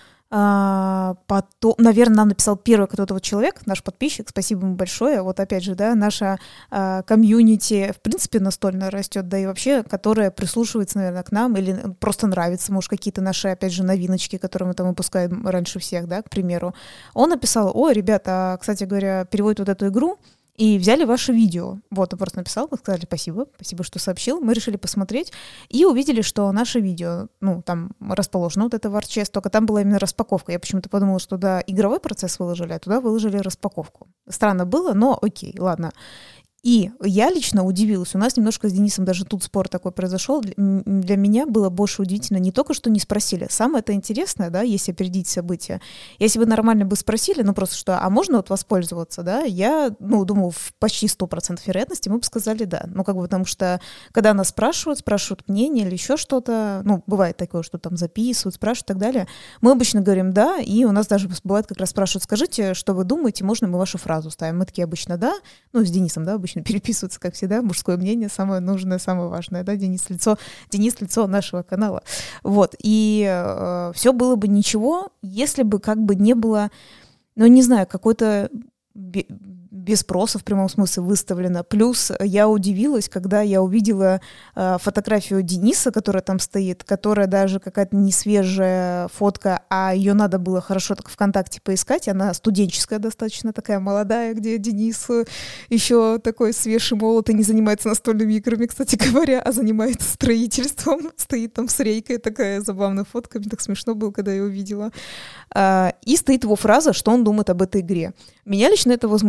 А, потом, наверное, нам написал первый кто-то вот человек, наш подписчик, спасибо ему большое. Вот опять же, да, наша а, комьюнити, в принципе, настолько растет, да и вообще, которая прислушивается, наверное, к нам или просто нравится, может, какие-то наши, опять же, новиночки, которые мы там выпускаем раньше всех, да, к примеру. Он написал: ой, ребята, кстати говоря, переводят вот эту игру, и взяли ваше видео. Вот, он просто написал, мы сказали спасибо, спасибо, что сообщил. Мы решили посмотреть и увидели, что наше видео, ну, там расположено вот это War Chest, только там была именно распаковка. Я почему-то подумала, что туда игровой процесс выложили, а туда выложили распаковку. Странно было, но окей, ладно. И я лично удивилась. У нас немножко с Денисом даже тут спор такой произошел. Для меня было больше удивительно не только, что не спросили. Самое это интересное, да, если опередить события. Если бы нормально бы спросили, ну просто что, а можно вот воспользоваться, да, я, ну, думаю, в почти сто процентов вероятности мы бы сказали да. Ну, как бы потому что, когда нас спрашивают, спрашивают мнение или еще что-то, ну, бывает такое, что там записывают, спрашивают и так далее, мы обычно говорим да, и у нас даже бывает как раз спрашивают: скажите, что вы думаете, можно мы вашу фразу ставим? Мы такие обычно да, ну, с Денисом, да, обычно переписываться, как всегда, мужское мнение самое нужное, самое важное, да, Денис лицо, Денис лицо нашего канала, вот, и э, все было бы ничего, если бы как бы не было, ну, не знаю, какой-то бе- без спроса в прямом смысле выставлено. Плюс я удивилась, когда я увидела э, фотографию Дениса, которая там стоит, которая даже какая-то не свежая фотка, а ее надо было хорошо так ВКонтакте поискать. Она студенческая достаточно, такая молодая, где Денис еще такой свежий, молод и не занимается настольными играми, кстати говоря, а занимается строительством. Стоит там с рейкой, такая забавная фотка. Мне так смешно было, когда я увидела. А, и стоит его фраза, что он думает об этой игре. Меня лично это возмутило, потому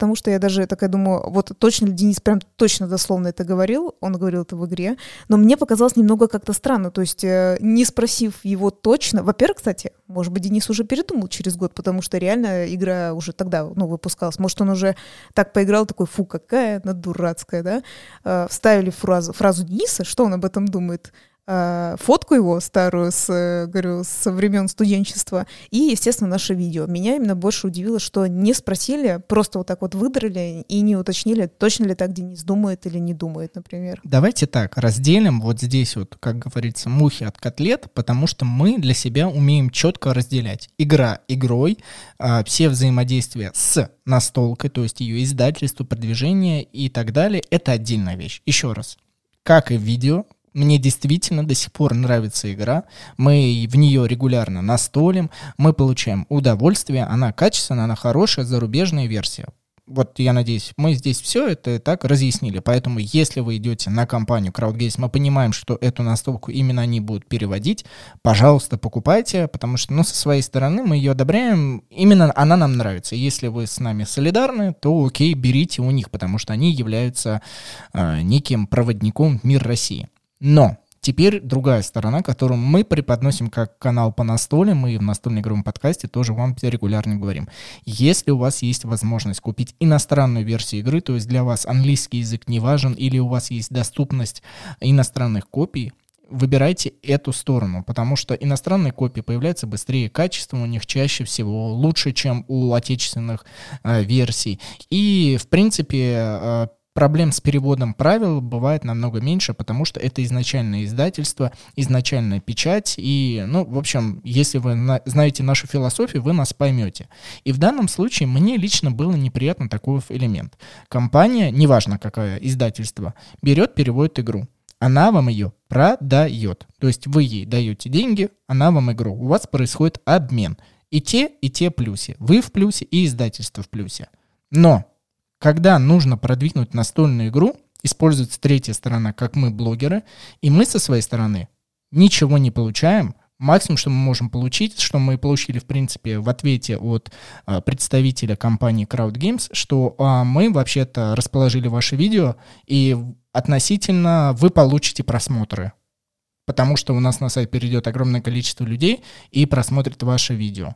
потому что я даже такая думаю, вот точно ли Денис прям точно дословно это говорил, он говорил это в игре, но мне показалось немного как-то странно, то есть не спросив его точно, во-первых, кстати, может быть, Денис уже передумал через год, потому что реально игра уже тогда, ну, выпускалась, может, он уже так поиграл, такой, фу, какая она дурацкая, да, вставили фразу, фразу Дениса, что он об этом думает, фотку его старую с, говорю, со времен студенчества и, естественно, наше видео. Меня именно больше удивило, что не спросили, просто вот так вот выдрали и не уточнили, точно ли так Денис думает или не думает, например. Давайте так, разделим вот здесь вот, как говорится, мухи от котлет, потому что мы для себя умеем четко разделять. Игра игрой, все взаимодействия с настолкой, то есть ее издательство, продвижение и так далее, это отдельная вещь. Еще раз, как и в видео, мне действительно до сих пор нравится игра, мы в нее регулярно настолим, мы получаем удовольствие, она качественная, она хорошая, зарубежная версия. Вот я надеюсь, мы здесь все это так разъяснили, поэтому если вы идете на компанию CrowdGames, мы понимаем, что эту настолку именно они будут переводить, пожалуйста, покупайте, потому что, ну, со своей стороны мы ее одобряем, именно она нам нравится. Если вы с нами солидарны, то окей, берите у них, потому что они являются э, неким проводником в мир России. Но теперь другая сторона, которую мы преподносим как канал по настолям, мы в настольном игровом подкасте тоже вам регулярно говорим. Если у вас есть возможность купить иностранную версию игры, то есть для вас английский язык не важен, или у вас есть доступность иностранных копий, выбирайте эту сторону, потому что иностранные копии появляются быстрее, качество у них чаще всего лучше, чем у отечественных э, версий. И, в принципе, э, проблем с переводом правил бывает намного меньше, потому что это изначальное издательство, изначальная печать, и, ну, в общем, если вы на- знаете нашу философию, вы нас поймете. И в данном случае мне лично было неприятно такой элемент. Компания, неважно какое издательство, берет, переводит игру. Она вам ее продает. То есть вы ей даете деньги, она вам игру. У вас происходит обмен. И те, и те плюсе. Вы в плюсе, и издательство в плюсе. Но когда нужно продвинуть настольную игру, используется третья сторона, как мы, блогеры, и мы со своей стороны ничего не получаем. Максимум, что мы можем получить, что мы получили, в принципе, в ответе от а, представителя компании CrowdGames, что а, мы вообще-то расположили ваше видео, и относительно вы получите просмотры. Потому что у нас на сайт перейдет огромное количество людей и просмотрит ваше видео.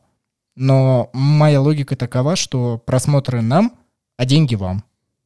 Но моя логика такова, что просмотры нам, а деньги вам.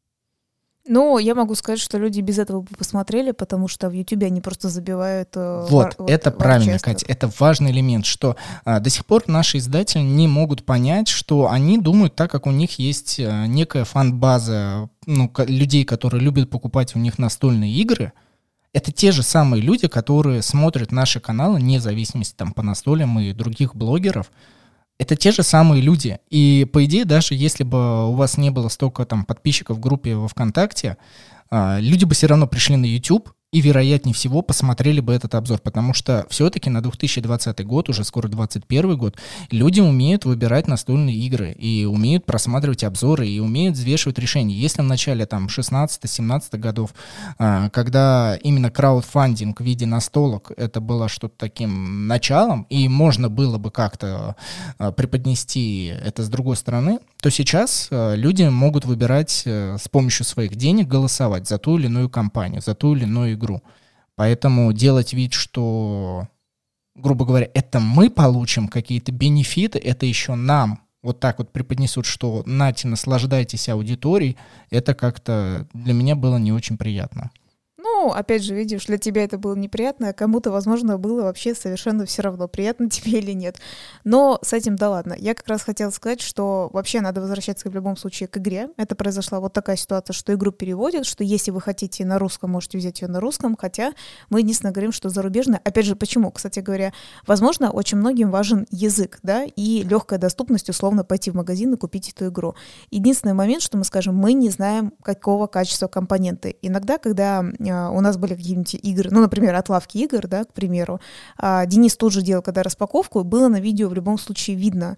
Ну, я могу сказать, что люди без этого бы посмотрели, потому что в Ютубе они просто забивают... Вот, вар, это вот, правильно, Катя, это важный элемент, что а, до сих пор наши издатели не могут понять, что они думают так, как у них есть а, некая фан-база, ну, людей, которые любят покупать у них настольные игры. Это те же самые люди, которые смотрят наши каналы, вне зависимости там, по настольям и других блогеров. Это те же самые люди. И, по идее, даже если бы у вас не было столько там подписчиков в группе во ВКонтакте, люди бы все равно пришли на YouTube и, вероятнее всего, посмотрели бы этот обзор, потому что все-таки на две тысячи двадцатый год, уже скоро двадцать первый год, люди умеют выбирать настольные игры, и умеют просматривать обзоры, и умеют взвешивать решения. Если в начале там шестнадцатого-семнадцатого годов, когда именно краудфандинг в виде настолок, это было что-то таким началом, и можно было бы как-то преподнести это с другой стороны, то сейчас люди могут выбирать с помощью своих денег, голосовать за ту или иную компанию, за ту или иную игру. игру. Поэтому делать вид, что, грубо говоря, это мы получим какие-то бенефиты, это еще нам вот так вот преподнесут, что нате, наслаждайтесь аудиторией, это как-то для меня было не очень приятно. Ну, опять же, видишь, для тебя это было неприятно, а кому-то, возможно, было вообще совершенно все равно, приятно тебе или нет. Но с этим да ладно. Я как раз хотела сказать, что вообще надо возвращаться в любом случае к игре. Это произошла вот такая ситуация, что игру переводят, что если вы хотите на русском, можете взять ее на русском, хотя мы единственное говорим, что зарубежная. Опять же, почему? Кстати говоря, возможно, очень многим важен язык, да, и легкая доступность, условно, пойти в магазин и купить эту игру. Единственный момент, что мы скажем, мы не знаем, какого качества компоненты. Иногда, когда у нас были какие-нибудь игры, ну, например, от лавки игр, да, к примеру, а, Денис тут же делал, когда распаковку, было на видео в любом случае видно,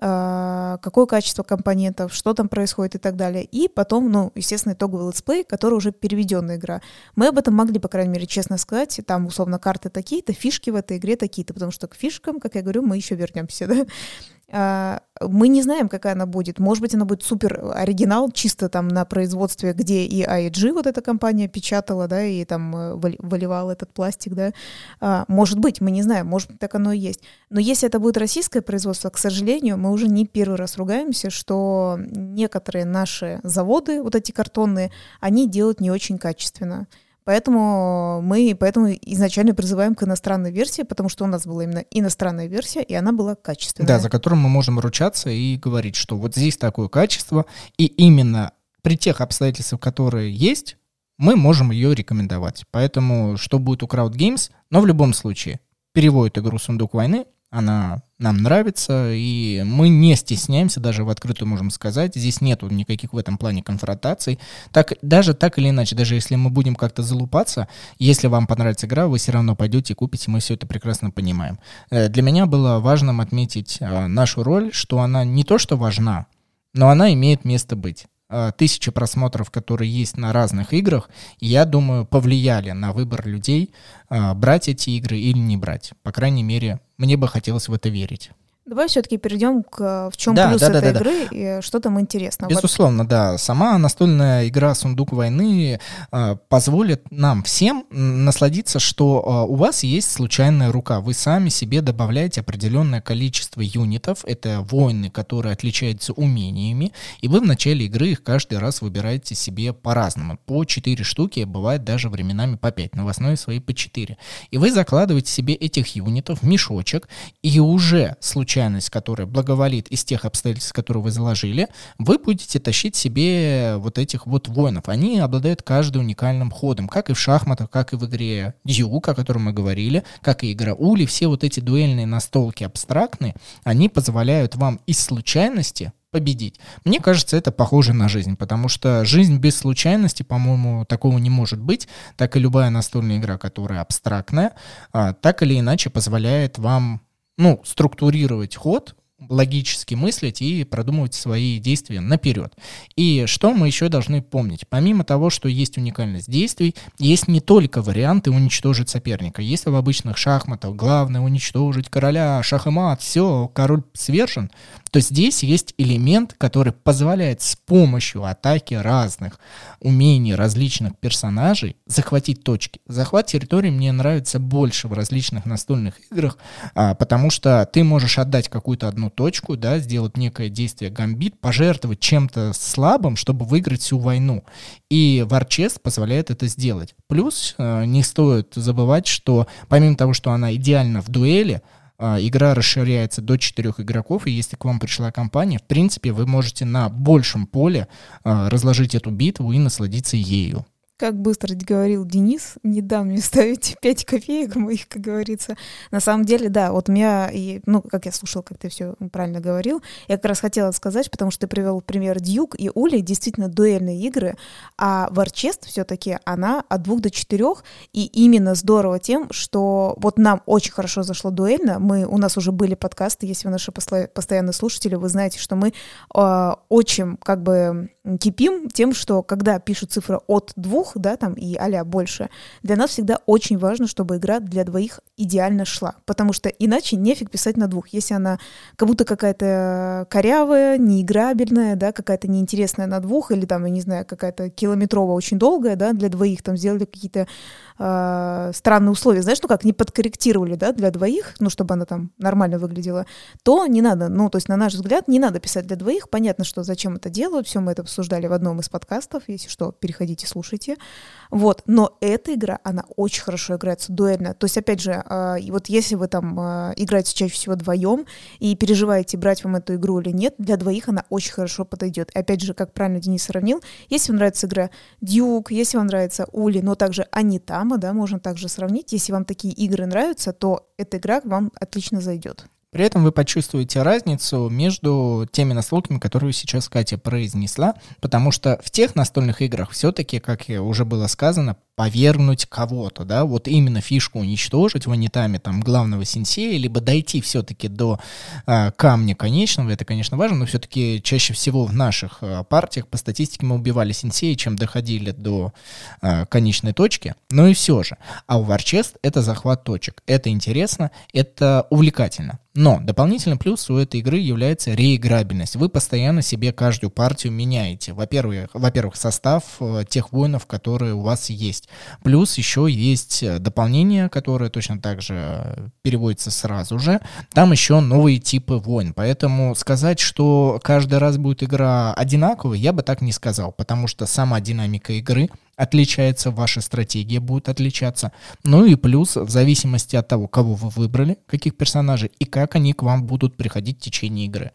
а, какое качество компонентов, что там происходит и так далее. И потом, ну, естественно, итоговый летсплей, который уже переведенная игра. Мы об этом могли, по крайней мере, честно сказать, там, условно, карты такие-то, фишки в этой игре такие-то, потому что к фишкам, как я говорю, мы еще вернемся, да. Uh, мы не знаем, какая она будет. Может быть, она будет супер оригинал, чисто там на производстве, где и ай джи, вот эта компания, печатала, да, и там выливала этот пластик, да. А, может быть, мы не знаем, может быть, так оно и есть. Но если это будет российское производство, к сожалению, мы уже не первый раз ругаемся, что некоторые наши заводы, вот эти картонные, они делают не очень качественно. Поэтому мы поэтому изначально призываем к иностранной версии, потому что у нас была именно иностранная версия, и она была качественная. Да, за которую мы можем ручаться и говорить, что вот здесь такое качество, и именно при тех обстоятельствах, которые есть, мы можем ее рекомендовать. Поэтому что будет у Crowd Games, но в любом случае переводит игру «Сундук войны», она нам нравится, и мы не стесняемся, даже в открытую можем сказать, здесь нету никаких в этом плане конфронтаций. Так, даже так или иначе, даже если мы будем как-то залупаться, если вам понравится игра, вы все равно пойдете и купите, мы все это прекрасно понимаем. Для меня было важным отметить нашу роль, что она не то что важна, но она имеет место быть. Тысячи просмотров, которые есть на разных играх, я думаю, повлияли на выбор людей, брать эти игры или не брать. По крайней мере, мне бы хотелось в это верить. Давай все-таки перейдем к в чем да, плюс да, этой да, игры да. и что там интересно. Безусловно, да. Сама настольная игра «Сундук войны» э, позволит нам всем насладиться, что э, у вас есть случайная рука. Вы сами себе добавляете определенное количество юнитов. Это воины, которые отличаются умениями. И вы в начале игры их каждый раз выбираете себе по-разному. По четыре штуки, бывает даже временами по пять, но в основе своей по четыре. И вы закладываете себе этих юнитов в мешочек, и уже случайно которая благоволит из тех обстоятельств, которые вы заложили, вы будете тащить себе вот этих вот воинов. Они обладают каждым уникальным ходом, как и в шахматах, как и в игре Дьюк, о которой мы говорили, как и игра Ули. Все вот эти дуэльные настолки абстрактные, они позволяют вам из случайности победить. Мне кажется, это похоже на жизнь, потому что жизнь без случайности, по-моему, такого не может быть. Так и любая настольная игра, которая абстрактная, так или иначе позволяет вам ну, структурировать ход, логически мыслить и продумывать свои действия наперед. И что мы еще должны помнить? Помимо того, что есть уникальность действий, есть не только варианты уничтожить соперника. Если в обычных шахматах главное уничтожить короля, шах и мат, все, король свержен, то здесь есть элемент, который позволяет с помощью атаки разных умений различных персонажей захватить точки. Захват территории мне нравится больше в различных настольных играх, а, потому что ты можешь отдать какую-то одну точку, да, сделать некое действие гамбит, пожертвовать чем-то слабым, чтобы выиграть всю войну. И War Chest позволяет это сделать. Плюс э, не стоит забывать, что помимо того, что она идеальна в дуэли, э, игра расширяется до четырех игроков, и если к вам пришла компания, в принципе, вы можете на большем поле э, разложить эту битву и насладиться ею. Как быстро говорил Денис, не дам мне ставить пять копеек моих, как говорится. На самом деле, да, вот у меня, и, ну, как я слушала, как ты все правильно говорил, я как раз хотела сказать, потому что ты привел пример Дьюк и Ули, действительно дуэльные игры, а War Chest все-таки она от двух до четырех, и именно здорово тем, что вот нам очень хорошо зашло дуэльно, мы, у нас уже были подкасты, если вы наши посла- постоянные слушатели, вы знаете, что мы э, очень как бы кипим тем, что когда пишут цифры от двух, да, там и а-ля больше, для нас всегда очень важно, чтобы игра для двоих идеально шла, потому что иначе нефиг писать на двух. Если она как будто какая-то корявая, неиграбельная, да, какая-то неинтересная на двух, или там, я не знаю, какая-то километровая, очень долгая, да, для двоих там сделали какие-то э, странные условия, знаешь, ну как, не подкорректировали, да, для двоих, ну, чтобы она там нормально выглядела, то не надо, ну, то есть, на наш взгляд, не надо писать для двоих, понятно, что зачем это делают, все мы это обсуждали в одном из подкастов, если что, переходите, слушайте. Вот, но эта игра, она очень хорошо играется дуэльно. То есть, опять же, э, и вот если вы там э, играете чаще всего вдвоем и переживаете, брать вам эту игру или нет, для двоих она очень хорошо подойдет. И опять же, как правильно Денис сравнил, если вам нравится игра Дьюк, если вам нравится Ули, но также Анитама, да, можно также сравнить. Если вам такие игры нравятся, то эта игра вам отлично зайдет. При этом вы почувствуете разницу между теми настолками, которые сейчас Катя произнесла, потому что в тех настольных играх все-таки, как уже было сказано, повергнуть кого-то, да, вот именно фишку уничтожить ванитами там главного сенсея, либо дойти все-таки до а, камня конечного, это, конечно, важно, но все-таки чаще всего в наших а, партиях по статистике мы убивали сенсея, чем доходили до а, конечной точки, но и все же. А у War-Chest это захват точек, это интересно, это увлекательно. Но дополнительный плюс у этой игры является реиграбельность. Вы постоянно себе каждую партию меняете. Во-первых, во-первых, состав э, тех воинов, которые у вас есть. Плюс еще есть дополнение, которое точно так же переводится сразу же. Там еще новые типы войн. Поэтому сказать, что каждый раз будет игра одинаковой, я бы так не сказал. Потому что сама динамика игры отличается, ваша стратегия будет отличаться. Ну и плюс, в зависимости от того, кого вы выбрали, каких персонажей, и как они к вам будут приходить в течение игры.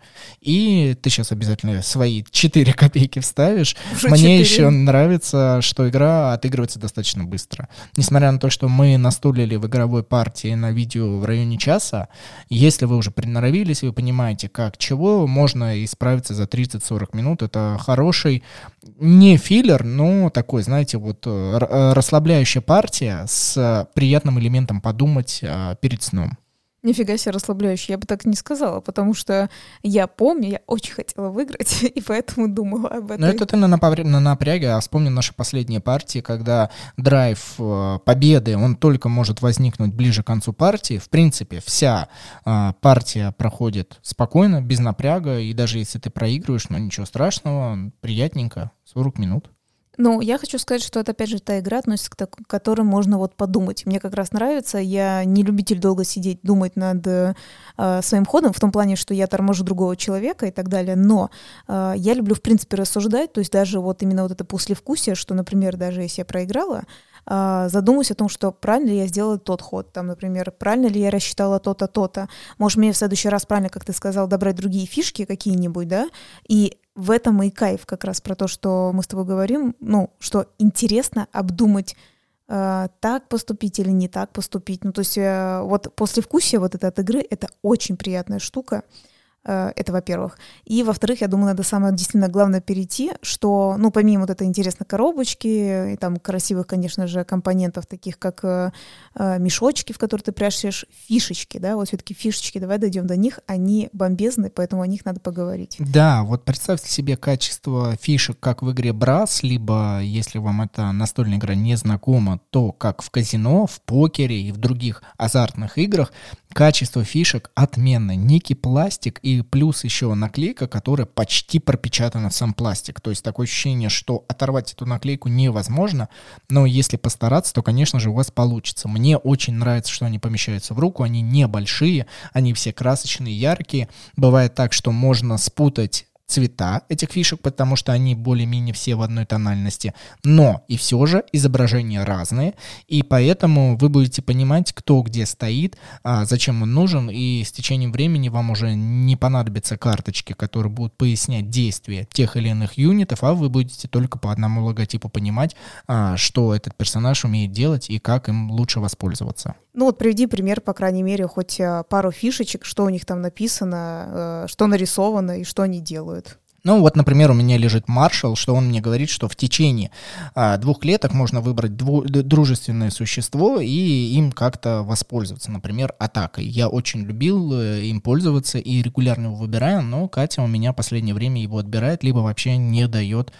И ты сейчас обязательно свои четыре копейки вставишь. Уже Мне четыре. Еще нравится, что игра отыгрывается достаточно быстро. Несмотря на то, что мы настолили в игровой партии на видео в районе часа, если вы уже приноровились, вы понимаете, как, чего, можно исправиться за тридцать-сорок минут. Это хороший, не филлер, но такой, знаете, вот расслабляющая партия с приятным элементом подумать а, перед сном. Нифига себе расслабляющий, я бы так не сказала, потому что я помню, я очень хотела выиграть, и поэтому думала об этом. Но это ты на, напря- на напряге, а вспомни наши последние партии, когда драйв э, победы, он только может возникнуть ближе к концу партии. В принципе, вся э, партия проходит спокойно, без напряга, и даже если ты проигрываешь, ну ничего страшного, приятненько, сорок минут. Ну, я хочу сказать, что это, опять же, та игра относится к так- которой можно вот подумать. Мне как раз нравится. Я не любитель долго сидеть, думать над э, своим ходом, в том плане, что я торможу другого человека и так далее. Но э, я люблю, в принципе, рассуждать. То есть даже вот именно вот это послевкусие, что, например, даже если я проиграла, э, задумаюсь о том, что правильно ли я сделала тот ход. Там, например, правильно ли я рассчитала то-то, то-то. Может, мне в следующий раз правильно, как ты сказал, добрать другие фишки какие-нибудь, да? И в этом и кайф как раз про то, что мы с тобой говорим, ну, что интересно обдумать, э, так поступить или не так поступить. Ну, то есть э, вот послевкусие вот это от игры — это очень приятная штука. Э, это, во-первых. И, во-вторых, я думаю, надо самое действительно главное перейти, что, ну, помимо вот этой интересной коробочки и там красивых, конечно же, компонентов, таких как э, э, мешочки, в которые ты прячешь, фишечки, да, вот все-таки фишечки, давай дойдем до них, они бомбезные, поэтому о них надо поговорить. Да, вот представьте себе качество фишек, как в игре Брас, либо, если вам эта настольная игра не знакома, то как в казино, в покере и в других азартных играх, качество фишек отменное. Некий пластик и плюс еще наклейка, которая почти пропечатана в сам пластик. То есть такое ощущение, что оторвать эту наклейку невозможно, но если постараться, то, конечно же, у вас получится. Мне очень нравится, что они помещаются в руку, они небольшие, они все красочные, яркие. Бывает так, что можно спутать цвета этих фишек, потому что они более-менее все в одной тональности, но и все же изображения разные, и поэтому вы будете понимать, кто где стоит, а, зачем он нужен, и с течением времени вам уже не понадобятся карточки, которые будут пояснять действия тех или иных юнитов, а вы будете только по одному логотипу понимать, а, что этот персонаж умеет делать и как им лучше воспользоваться. Ну вот приведи пример, по крайней мере, хоть пару фишечек, что у них там написано, что нарисовано и что они делают. Ну вот, например, у меня лежит маршал, что он мне говорит, что в течение а, двух клеток можно выбрать дву- дружественное существо и им как-то воспользоваться, например, атакой. Я очень любил им пользоваться и регулярно его выбираю, но Катя у меня в последнее время его отбирает, либо вообще не дает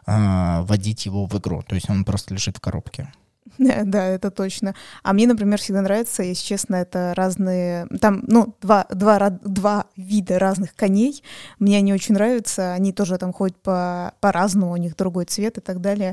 а, вводить его в игру, то есть он просто лежит в коробке. Да, это точно. А мне, например, всегда нравится, если честно, это разные... Там, ну, два, два, два вида разных коней. Мне они очень нравятся. Они тоже там ходят по, по-разному, у них другой цвет и так далее.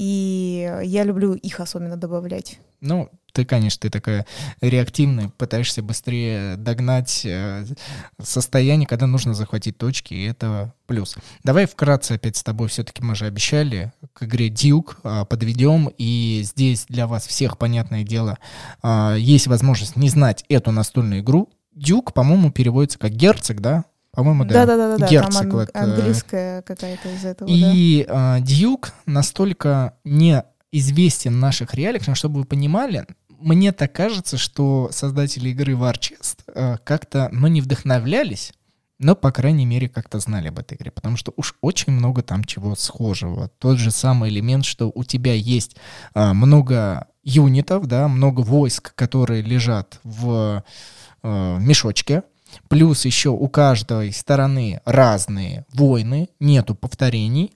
И я люблю их особенно добавлять. Ну, ты, конечно, ты такая реактивная, пытаешься быстрее догнать э, состояние, когда нужно захватить точки, и это плюс. Давай вкратце опять с тобой, все-таки мы же обещали, к игре Duke э, подведем, и здесь для вас всех, понятное дело, э, есть возможность не знать эту настольную игру. Duke, по-моему, переводится как герцог, да? По-моему, да. Да-да-да, герцог, там ан- вот, английская какая-то из этого, и да. э, Duke настолько не известен в наших реалиях, но чтобы вы понимали, мне так кажется, что создатели игры War-Chest э, как-то, ну, не вдохновлялись но, по крайней мере, как-то знали об этой игре, потому что уж очень много там чего схожего. Тот же самый элемент, что у тебя есть а, много юнитов, да, много войск, которые лежат в а, мешочке, плюс еще у каждой стороны разные войны, нету повторений,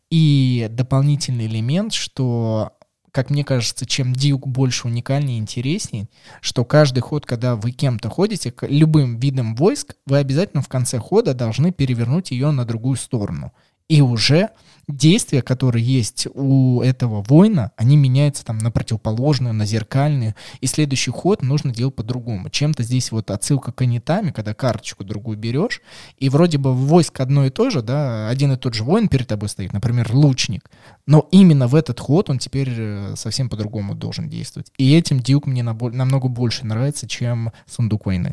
и дополнительный элемент, что... Как мне кажется, чем Дьюк больше уникальнее и интереснее, что каждый ход, когда вы кем-то ходите, любым видом войск, вы обязательно в конце хода должны перевернуть ее на другую сторону. И уже действия, которые есть у этого воина, они меняются там на противоположные, на зеркальные, и следующий ход нужно делать по-другому. Чем-то здесь вот отсылка к Анитаме, когда карточку другую берешь, и вроде бы войск одно и то же, да, один и тот же воин перед тобой стоит, например, лучник, но именно в этот ход он теперь совсем по-другому должен действовать. И этим Дьюк мне намного больше нравится, чем Сундук войны.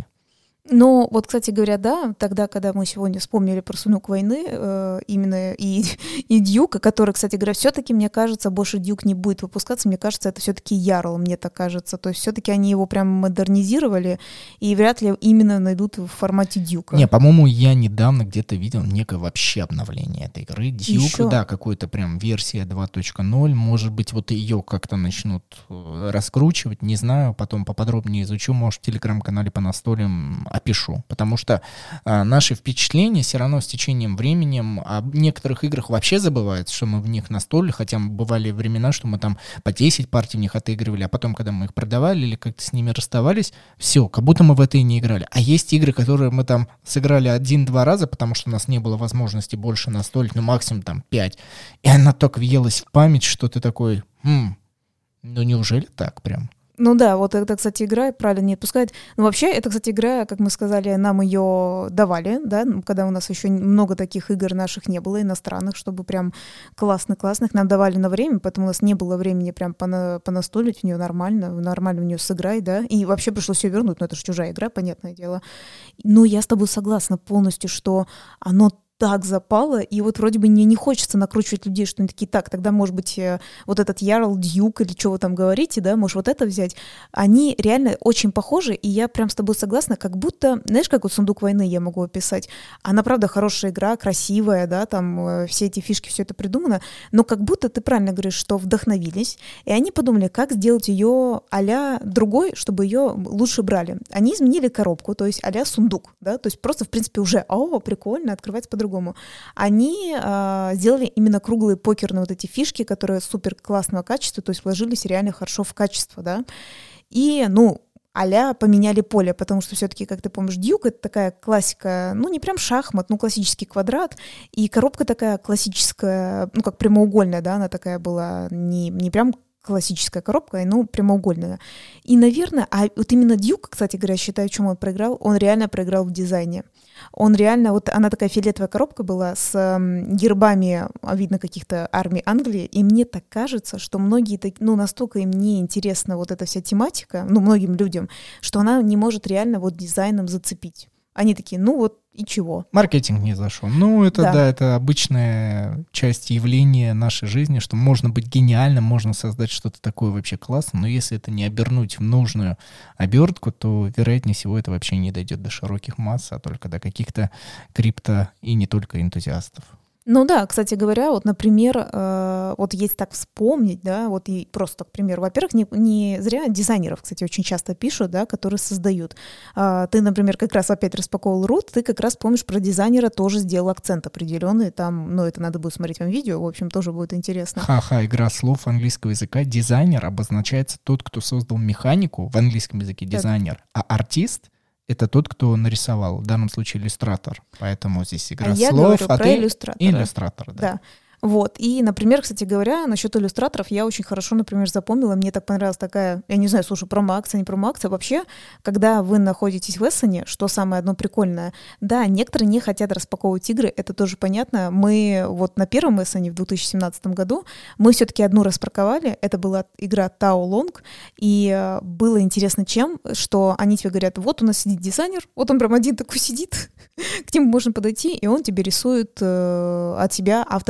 Ну, вот, кстати говоря, да, тогда, когда мы сегодня вспомнили про «Сундук войны», э, именно и, и Дьюка, который, кстати говоря, все-таки, мне кажется, больше Дьюк не будет выпускаться, мне кажется, это все-таки Ярл, мне так кажется, то есть все-таки они его прям модернизировали, и вряд ли именно найдут в формате Дьюка. Не, по-моему, я недавно где-то видел некое вообще обновление этой игры. Дьюк, Еще? Да, какой-то прям версия два точка ноль, может быть, вот ее как-то начнут раскручивать, не знаю, потом поподробнее изучу, может, в телеграм-канале по настольным опишу, потому что а, наши впечатления все равно с течением времени о некоторых играх вообще забывают, что мы в них настолили, хотя бывали времена, что мы там по десять партий в них отыгрывали, а потом, когда мы их продавали или как-то с ними расставались, все, как будто мы в это и не играли. А есть игры, которые мы там сыграли один-два раза, потому что у нас не было возможности больше настолить, ну максимум там пять, и она так въелась в память, что ты такой, хм, ну неужели так прям? Ну да, вот это, кстати, игра правильно не отпускает. Но вообще, это, кстати, игра, как мы сказали, нам ее давали, да, когда у нас еще много таких игр наших не было, иностранных, чтобы прям классно-классных нам давали на время, поэтому у нас не было времени прям пона- понастолить в нее нормально, нормально в нее сыграть, да, и вообще пришлось все вернуть, но это же чужая игра, понятное дело. Но я с тобой согласна полностью, что оно так запало, и вот вроде бы мне не хочется накручивать людей, что они такие, так, тогда, может быть, вот этот Ярл, Дьюк, или что вы там говорите, да, можешь вот это взять. Они реально очень похожи, и я прям с тобой согласна, как будто, знаешь, как вот «Сундук войны» я могу описать, она, правда, хорошая игра, красивая, да, там все эти фишки, все это придумано, но как будто, ты правильно говоришь, что вдохновились, и они подумали, как сделать ее а-ля другой, чтобы ее лучше брали. Они изменили коробку, то есть а-ля сундук, да, то есть просто, в принципе, уже, о, прикольно, открывается по-другому. Они э, сделали именно круглые покерные вот эти фишки, которые супер классного качества, то есть вложились реально хорошо в качество, да. И, ну, а-ля поменяли поле, потому что все-таки, как ты помнишь, Дьюк — это такая классика, ну, не прям шахмат, ну, классический квадрат, и коробка такая классическая, ну, как прямоугольная, да, она такая была не, не прям классическая коробка, но прямоугольная. И, наверное, а вот именно Дьюк, кстати говоря, считаю, в чем он проиграл, он реально проиграл в дизайне. Он реально, вот она такая фиолетовая коробка была с э, гербами, видно, каких-то армий Англии, и мне так кажется, что многие, ну, настолько им не интересна вот эта вся тематика, ну, многим людям, что она не может реально вот дизайном зацепить. Они такие, ну вот и чего? Маркетинг не зашел. Ну, это да. да, это обычная часть явления нашей жизни, что можно быть гениальным, можно создать что-то такое вообще классное, но если это не обернуть в нужную обертку, то, вероятнее всего, это вообще не дойдет до широких масс, а только до каких-то крипто и не только энтузиастов. Ну да, кстати говоря, вот, например, э, вот если так вспомнить, да, вот и просто, к примеру, во-первых, не, не зря дизайнеров, кстати, очень часто пишут, да, которые создают. Э, ты, например, как раз опять распаковывал рут, ты как раз помнишь про дизайнера, тоже сделал акцент определенный, там, ну, это надо будет смотреть вам видео, в общем, тоже будет интересно. Ха-ха, игра слов английского языка. Дизайнер обозначается тот, кто создал механику, в английском языке дизайнер, так. А артист — это тот, кто нарисовал, в данном случае иллюстратор. Поэтому здесь игра а слов, я говорю а про ты иллюстратора. Иллюстратор, да. да. Вот, и, например, кстати говоря, насчет иллюстраторов я очень хорошо, например, запомнила, мне так понравилась такая, я не знаю, слушай, промо-акция, не промо-акция, вообще, когда вы находитесь в Эссене, что самое одно прикольное, да, некоторые не хотят распаковывать игры, это тоже понятно, мы вот на первом Эссене в две тысячи семнадцатом году, мы все-таки одну распаковали, это была игра Tao Long, и было интересно чем, что они тебе говорят, вот у нас сидит дизайнер, вот он прям один такой сидит, к нему можно подойти, и он тебе рисует э, от себя авторский рисунок,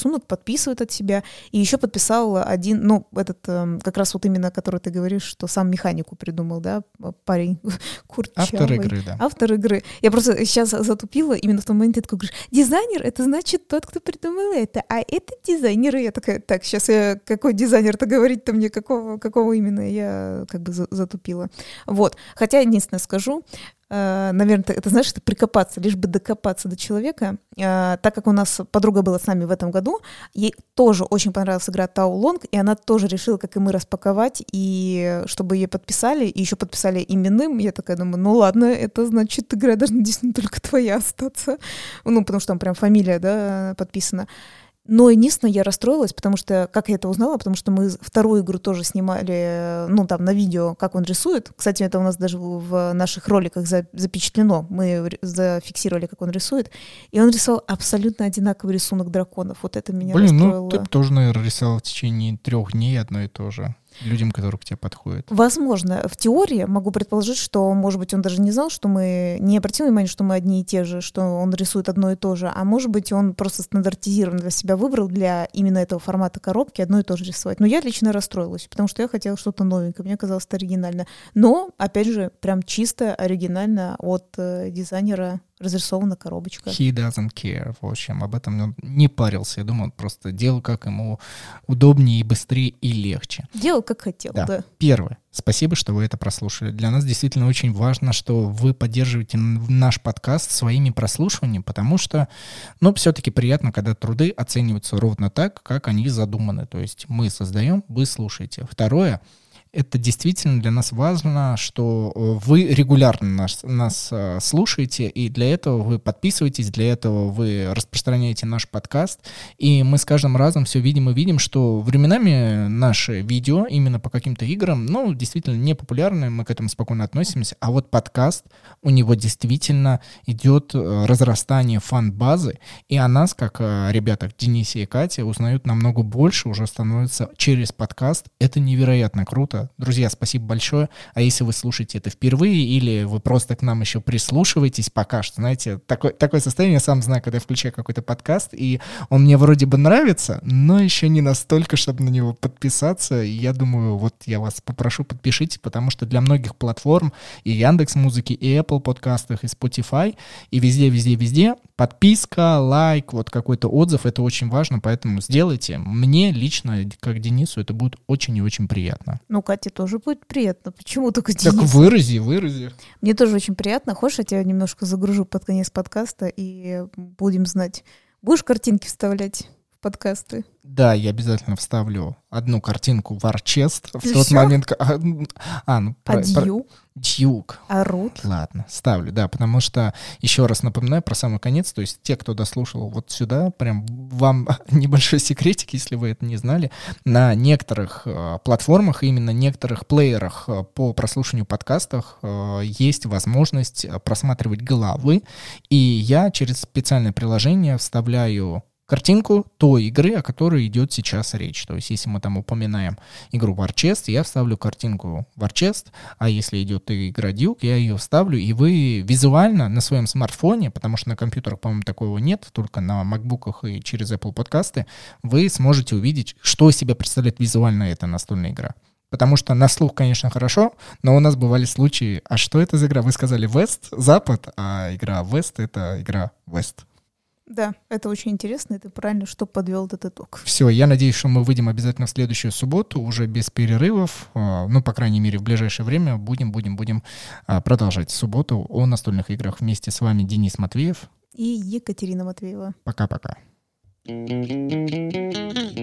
рисунок, подписывает от себя. И еще подписал один, ну, этот, как раз вот именно, который ты говоришь, что сам механику придумал, да, парень курчавый. Автор игры, да. Автор игры. Я просто сейчас затупила именно в том моменте, ты такой говоришь, дизайнер — это значит тот, кто придумал это, а это дизайнер. И я такая, так, сейчас я, какой дизайнер-то говорить-то мне, какого, какого именно, я как бы затупила. Вот. Хотя, единственное скажу, Uh, наверное, это, знаешь, это прикопаться, лишь бы докопаться до человека. Uh, так как у нас подруга была с нами в этом году, ей тоже очень понравилась игра Тау Лонг, и она тоже решила, как и мы, распаковать, и чтобы ее подписали, и еще подписали именным. Я такая думаю, ну ладно, это значит, игра должна действительно только твоя остаться. Ну, потому что там прям фамилия, да, подписана. Но единственное, я расстроилась, потому что, как я это узнала, потому что мы вторую игру тоже снимали, ну, там, на видео, как он рисует. Кстати, это у нас даже в наших роликах запечатлено. Мы зафиксировали, как он рисует. И он рисовал абсолютно одинаковый рисунок драконов. Вот это меня Блин, расстроило. Ну, ты тоже, наверное, рисовал в течение трех дней одно и то же. Людям, которые к тебе подходят. Возможно. В теории могу предположить, что, может быть, он даже не знал, что мы не обратил внимания, что мы одни и те же, что он рисует одно и то же, а может быть, он просто стандартизированно для себя выбрал для именно этого формата коробки одно и то же рисовать. Но я лично расстроилась, потому что я хотела что-то новенькое, мне казалось это оригинально. Но, опять же, прям чисто оригинально от э, дизайнера разрисована коробочка. He doesn't care. В общем, об этом он не парился. Я думаю, он просто делал, как ему удобнее и быстрее и легче. Делал, как хотел, да. да. Первое. Спасибо, что вы это прослушали. Для нас действительно очень важно, что вы поддерживаете наш подкаст своими прослушиваниями, потому что, ну, все-таки приятно, когда труды оцениваются ровно так, как они задуманы. То есть мы создаем, вы слушаете. Второе. Это действительно для нас важно, что вы регулярно нас, нас слушаете, и для этого вы подписываетесь, для этого вы распространяете наш подкаст, и мы с каждым разом все видим и видим, что временами наши видео именно по каким-то играм, ну, действительно не популярны, мы к этому спокойно относимся, а вот подкаст, у него действительно идет разрастание фан-базы, и о нас, как о ребятах Денисе и Кате, узнают намного больше, уже становится через подкаст. Это невероятно круто. Друзья, спасибо большое. А если вы слушаете это впервые или вы просто к нам еще прислушиваетесь пока что, знаете, такое, такое состояние, я сам знаю, когда я включаю какой-то подкаст, и он мне вроде бы нравится, но еще не настолько, чтобы на него подписаться. И я думаю, вот я вас попрошу, подпишитесь, потому что для многих платформ и Яндекс.Музыки, и Apple подкастах, и Spotify, и везде, везде, везде подписка, лайк, вот какой-то отзыв, это очень важно, поэтому сделайте. Мне лично, как Денису, это будет очень и очень приятно. Ну, Кате тоже будет приятно. Почему только Денис? Так вырази, вырази. Мне тоже очень приятно. Хочешь, я тебя немножко загружу под конец подкаста и будем знать. Будешь картинки вставлять в подкасты? Да, я обязательно вставлю одну картинку в Арчест в И тот всё? момент... А, а, ну, А про, про- Дью? Дьюк. А Рут? Ладно, ставлю, да, потому что, еще раз напоминаю про самый конец, то есть те, кто дослушал вот сюда, прям вам небольшой секретик, если вы это не знали, на некоторых э, платформах, именно некоторых плеерах э, по прослушиванию подкастов э, есть возможность просматривать главы, и я через специальное приложение вставляю картинку той игры, о которой идет сейчас речь. То есть, если мы там упоминаем игру War Chest, я вставлю картинку War Chest, а если идет игра Duke, я ее вставлю, и вы визуально на своем смартфоне, потому что на компьютерах, по-моему, такого нет, только на макбуках и через Apple подкасты, вы сможете увидеть, что из себя представляет визуально эта настольная игра. Потому что на слух, конечно, хорошо, но у нас бывали случаи, а что это за игра? Вы сказали West, Запад, а игра West — это игра West. Да, это очень интересно, и ты правильно, что подвел этот итог. Все, я надеюсь, что мы выйдем обязательно в следующую субботу, уже без перерывов, ну, по крайней мере, в ближайшее время будем, будем, будем продолжать субботу о настольных играх. Вместе с вами Денис Матвеев и Екатерина Матвеева. Пока-пока.